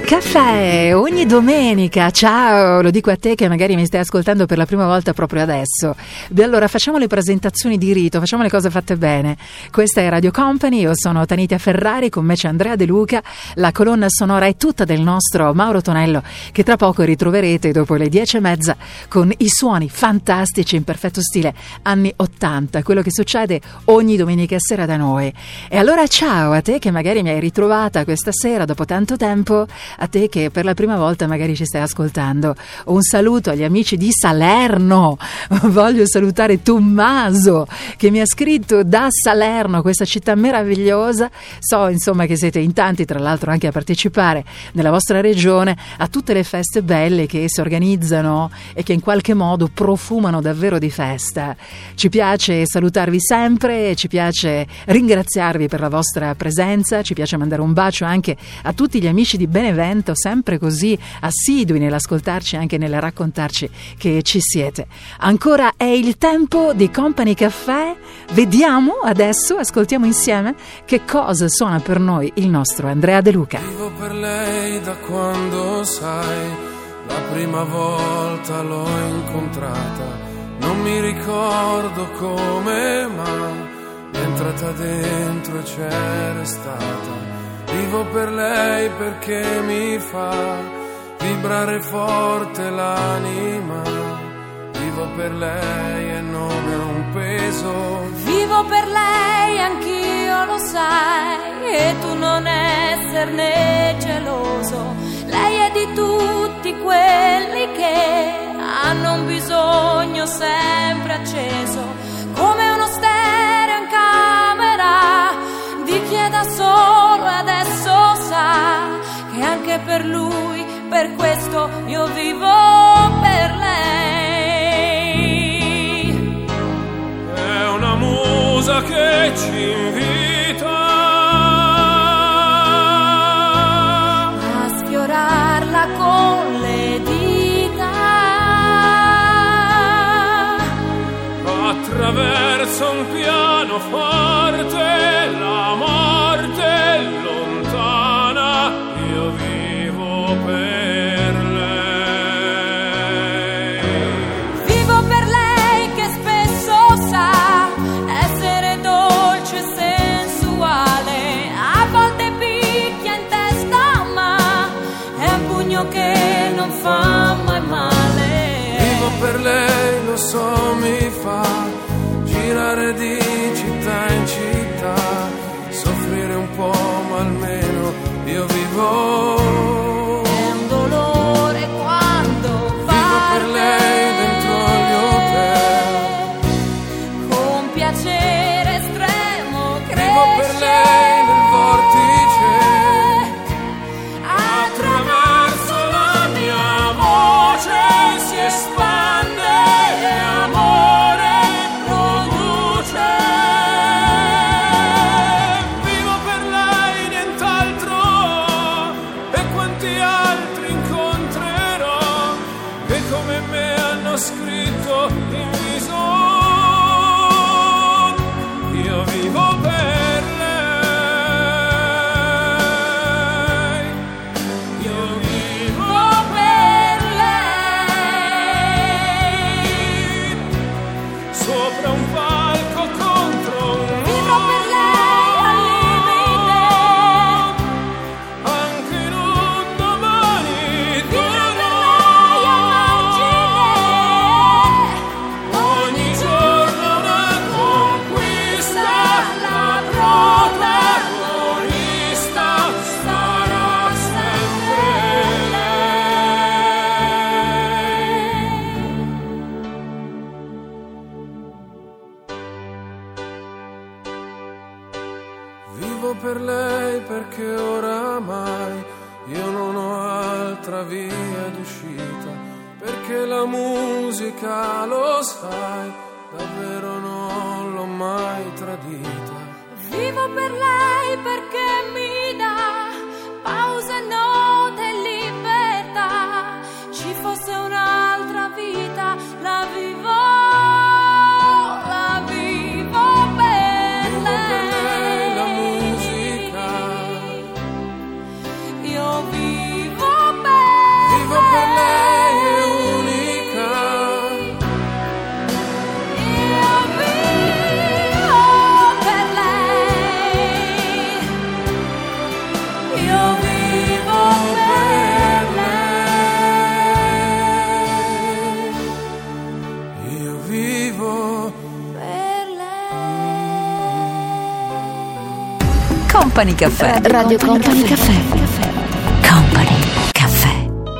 B: Caffè ogni domenica, ciao, lo dico a te che magari mi stai ascoltando per la prima volta proprio adesso. Beh, allora facciamo le presentazioni di rito, facciamo le cose fatte bene. Questa è Radio Company, io sono Tanitia Ferrari, con me c'è Andrea De Luca, la colonna sonora è tutta del nostro Mauro Tonello, che tra poco ritroverete dopo le 10:30 con i suoni fantastici in perfetto stile anni 80, quello che succede ogni domenica sera da noi. E allora ciao a te che magari mi hai ritrovata questa sera dopo tanto tempo, a te che per la prima volta magari ci stai ascoltando. Un saluto agli amici di Salerno, voglio salutare Tommaso che mi ha scritto da Salerno, questa città meravigliosa. So insomma che siete in tanti tra l'altro anche a partecipare nella vostra regione a tutte le feste belle che si organizzano e che in qualche modo profumano davvero di festa. Ci piace salutarvi sempre, ci piace ringraziarvi per la vostra presenza, ci piace mandare un bacio anche a tutti gli amici di Benevento, sempre così assidui nell'ascoltarci e anche nel raccontarci che ci siete. Ancora è il tempo di Company Caffè, vediamo adesso, ascoltiamo insieme che cosa suona per noi il nostro Andrea De Luca.
R: Vivo per lei da quando sai, la prima volta l'ho incontrata, non mi ricordo come ma è entrata dentro e c'è restata. Vivo per lei perché mi fa vibrare forte l'anima. Vivo per lei e non è un peso.
S: Vivo per lei, anch'io lo sai, e tu non esserne geloso. Lei è di tutti quelli che hanno un bisogno sempre acceso, come uno stereo in camera di chi è da solo e adesso sa che anche per lui, per questo io vivo per lei.
R: È una musa che ci invita
S: a sfiorarla con le dita
R: attraverso un pianoforte. La morte è lontana, io vivo per lei.
S: Vivo per lei che spesso sa essere dolce e sensuale, a volte picchia in testa ma è un pugno che non fa mai male.
R: Vivo per lei, lo so, mi fa girare di città in città, soffrire un po' ma almeno io vivo.
S: È un dolore quando va
R: vivo per lei dentro agli hotel,
S: con piacere estremo cresce.
R: vivo per lei nel vortice, attraverso la mia voce si espande amore produce. Vivo per lei, nient'altro, e quanti altri incontrerò che come me hanno scritto in viso. Io vivo per lei, io vivo per lei, sopra un palco contro un
S: Vivo per lei al limite,
R: anche in un domani
S: vivo per lei a margine,
R: ogni giorno una conquista, la protagonista sarà sempre lei. Vivo per lei perché oramai io non ho altra via d'uscita, perché la musica, lo sai, davvero non l'ho mai tradita.
S: Vivo per lei perché mi dà pause, note e libertà. Ci fosse un'altra vita, la vivo per lei.
R: La musica,
S: Io vivo
N: Company Caffè. Radio Company Caffè. Company Caffè.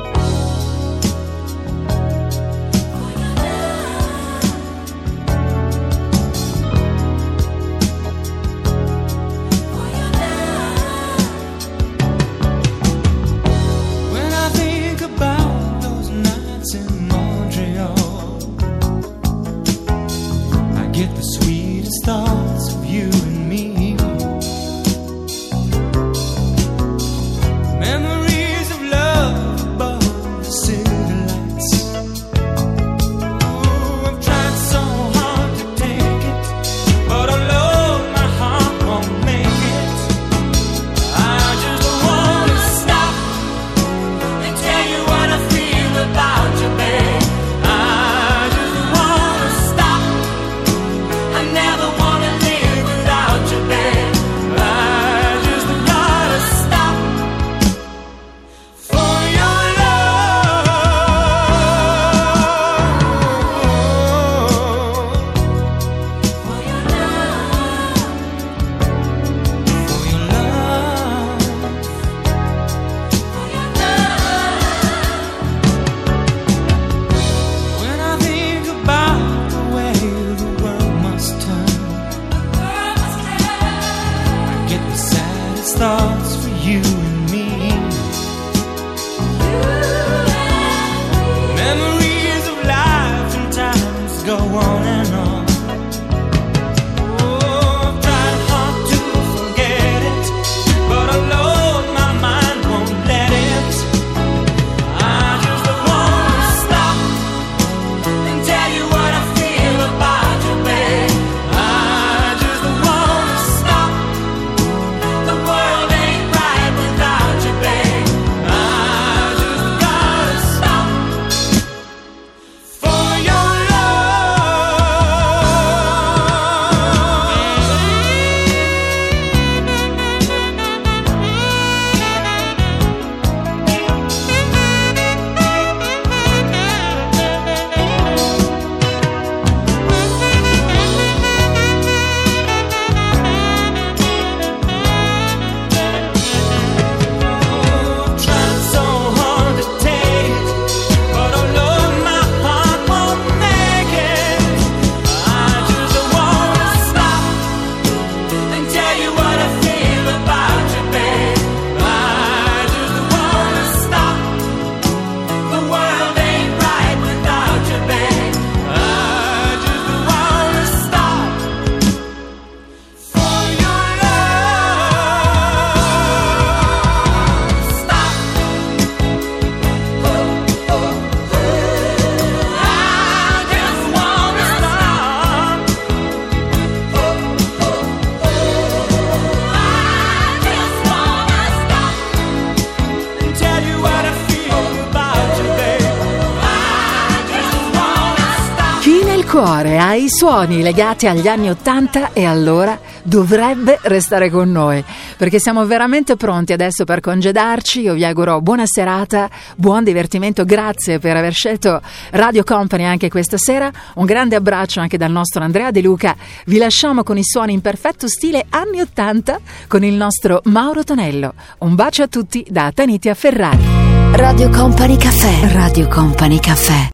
T: When I think about those nights in Montreal, I get the sweetest thoughts of you and me. Memories of love above the city lights. Ooh, I've tried so hard to take it, but alone my heart won't make it. I just wanna stop and tell you what I feel about you, babe. I just wanna stop. I never wanna live without you, babe. I just gotta stop for your love. For your love. For your love. For your love. When I think about the way the world must turn, I get the saddest thoughts for you and me. Memories of life and times go on and on. Oh, I've tried hard to forget it, but alone my mind won't let it. I just wanna stop and tell you what I feel about you, babe. I just wanna stop. The world ain't right without you, babe. I just gotta stop for your trying so hard to take it, but alone my heart won't make it. I just wanna stop and tell you what I feel about you, babe. I just wanna stop. The world ain't right without you, babe. I just wanna stop for your love. Stop. I just wanna stop. I just wanna stop and tell you what I feel about you, babe. I just wanna stop.
B: Chi nel cuore ha i suoni legati agli anni '80 e allora dovrebbe restare con noi, perché siamo veramente pronti adesso per congedarci. Io vi auguro buona serata, buon divertimento, grazie per aver scelto Radio Company anche questa sera. Un grande abbraccio anche dal nostro Andrea De Luca. Vi lasciamo con i suoni in perfetto stile anni '80 con il nostro Mauro Tonello. Un bacio a tutti da Tanitia Ferrari.
N: Radio Company Caffè. Radio Company Caffè.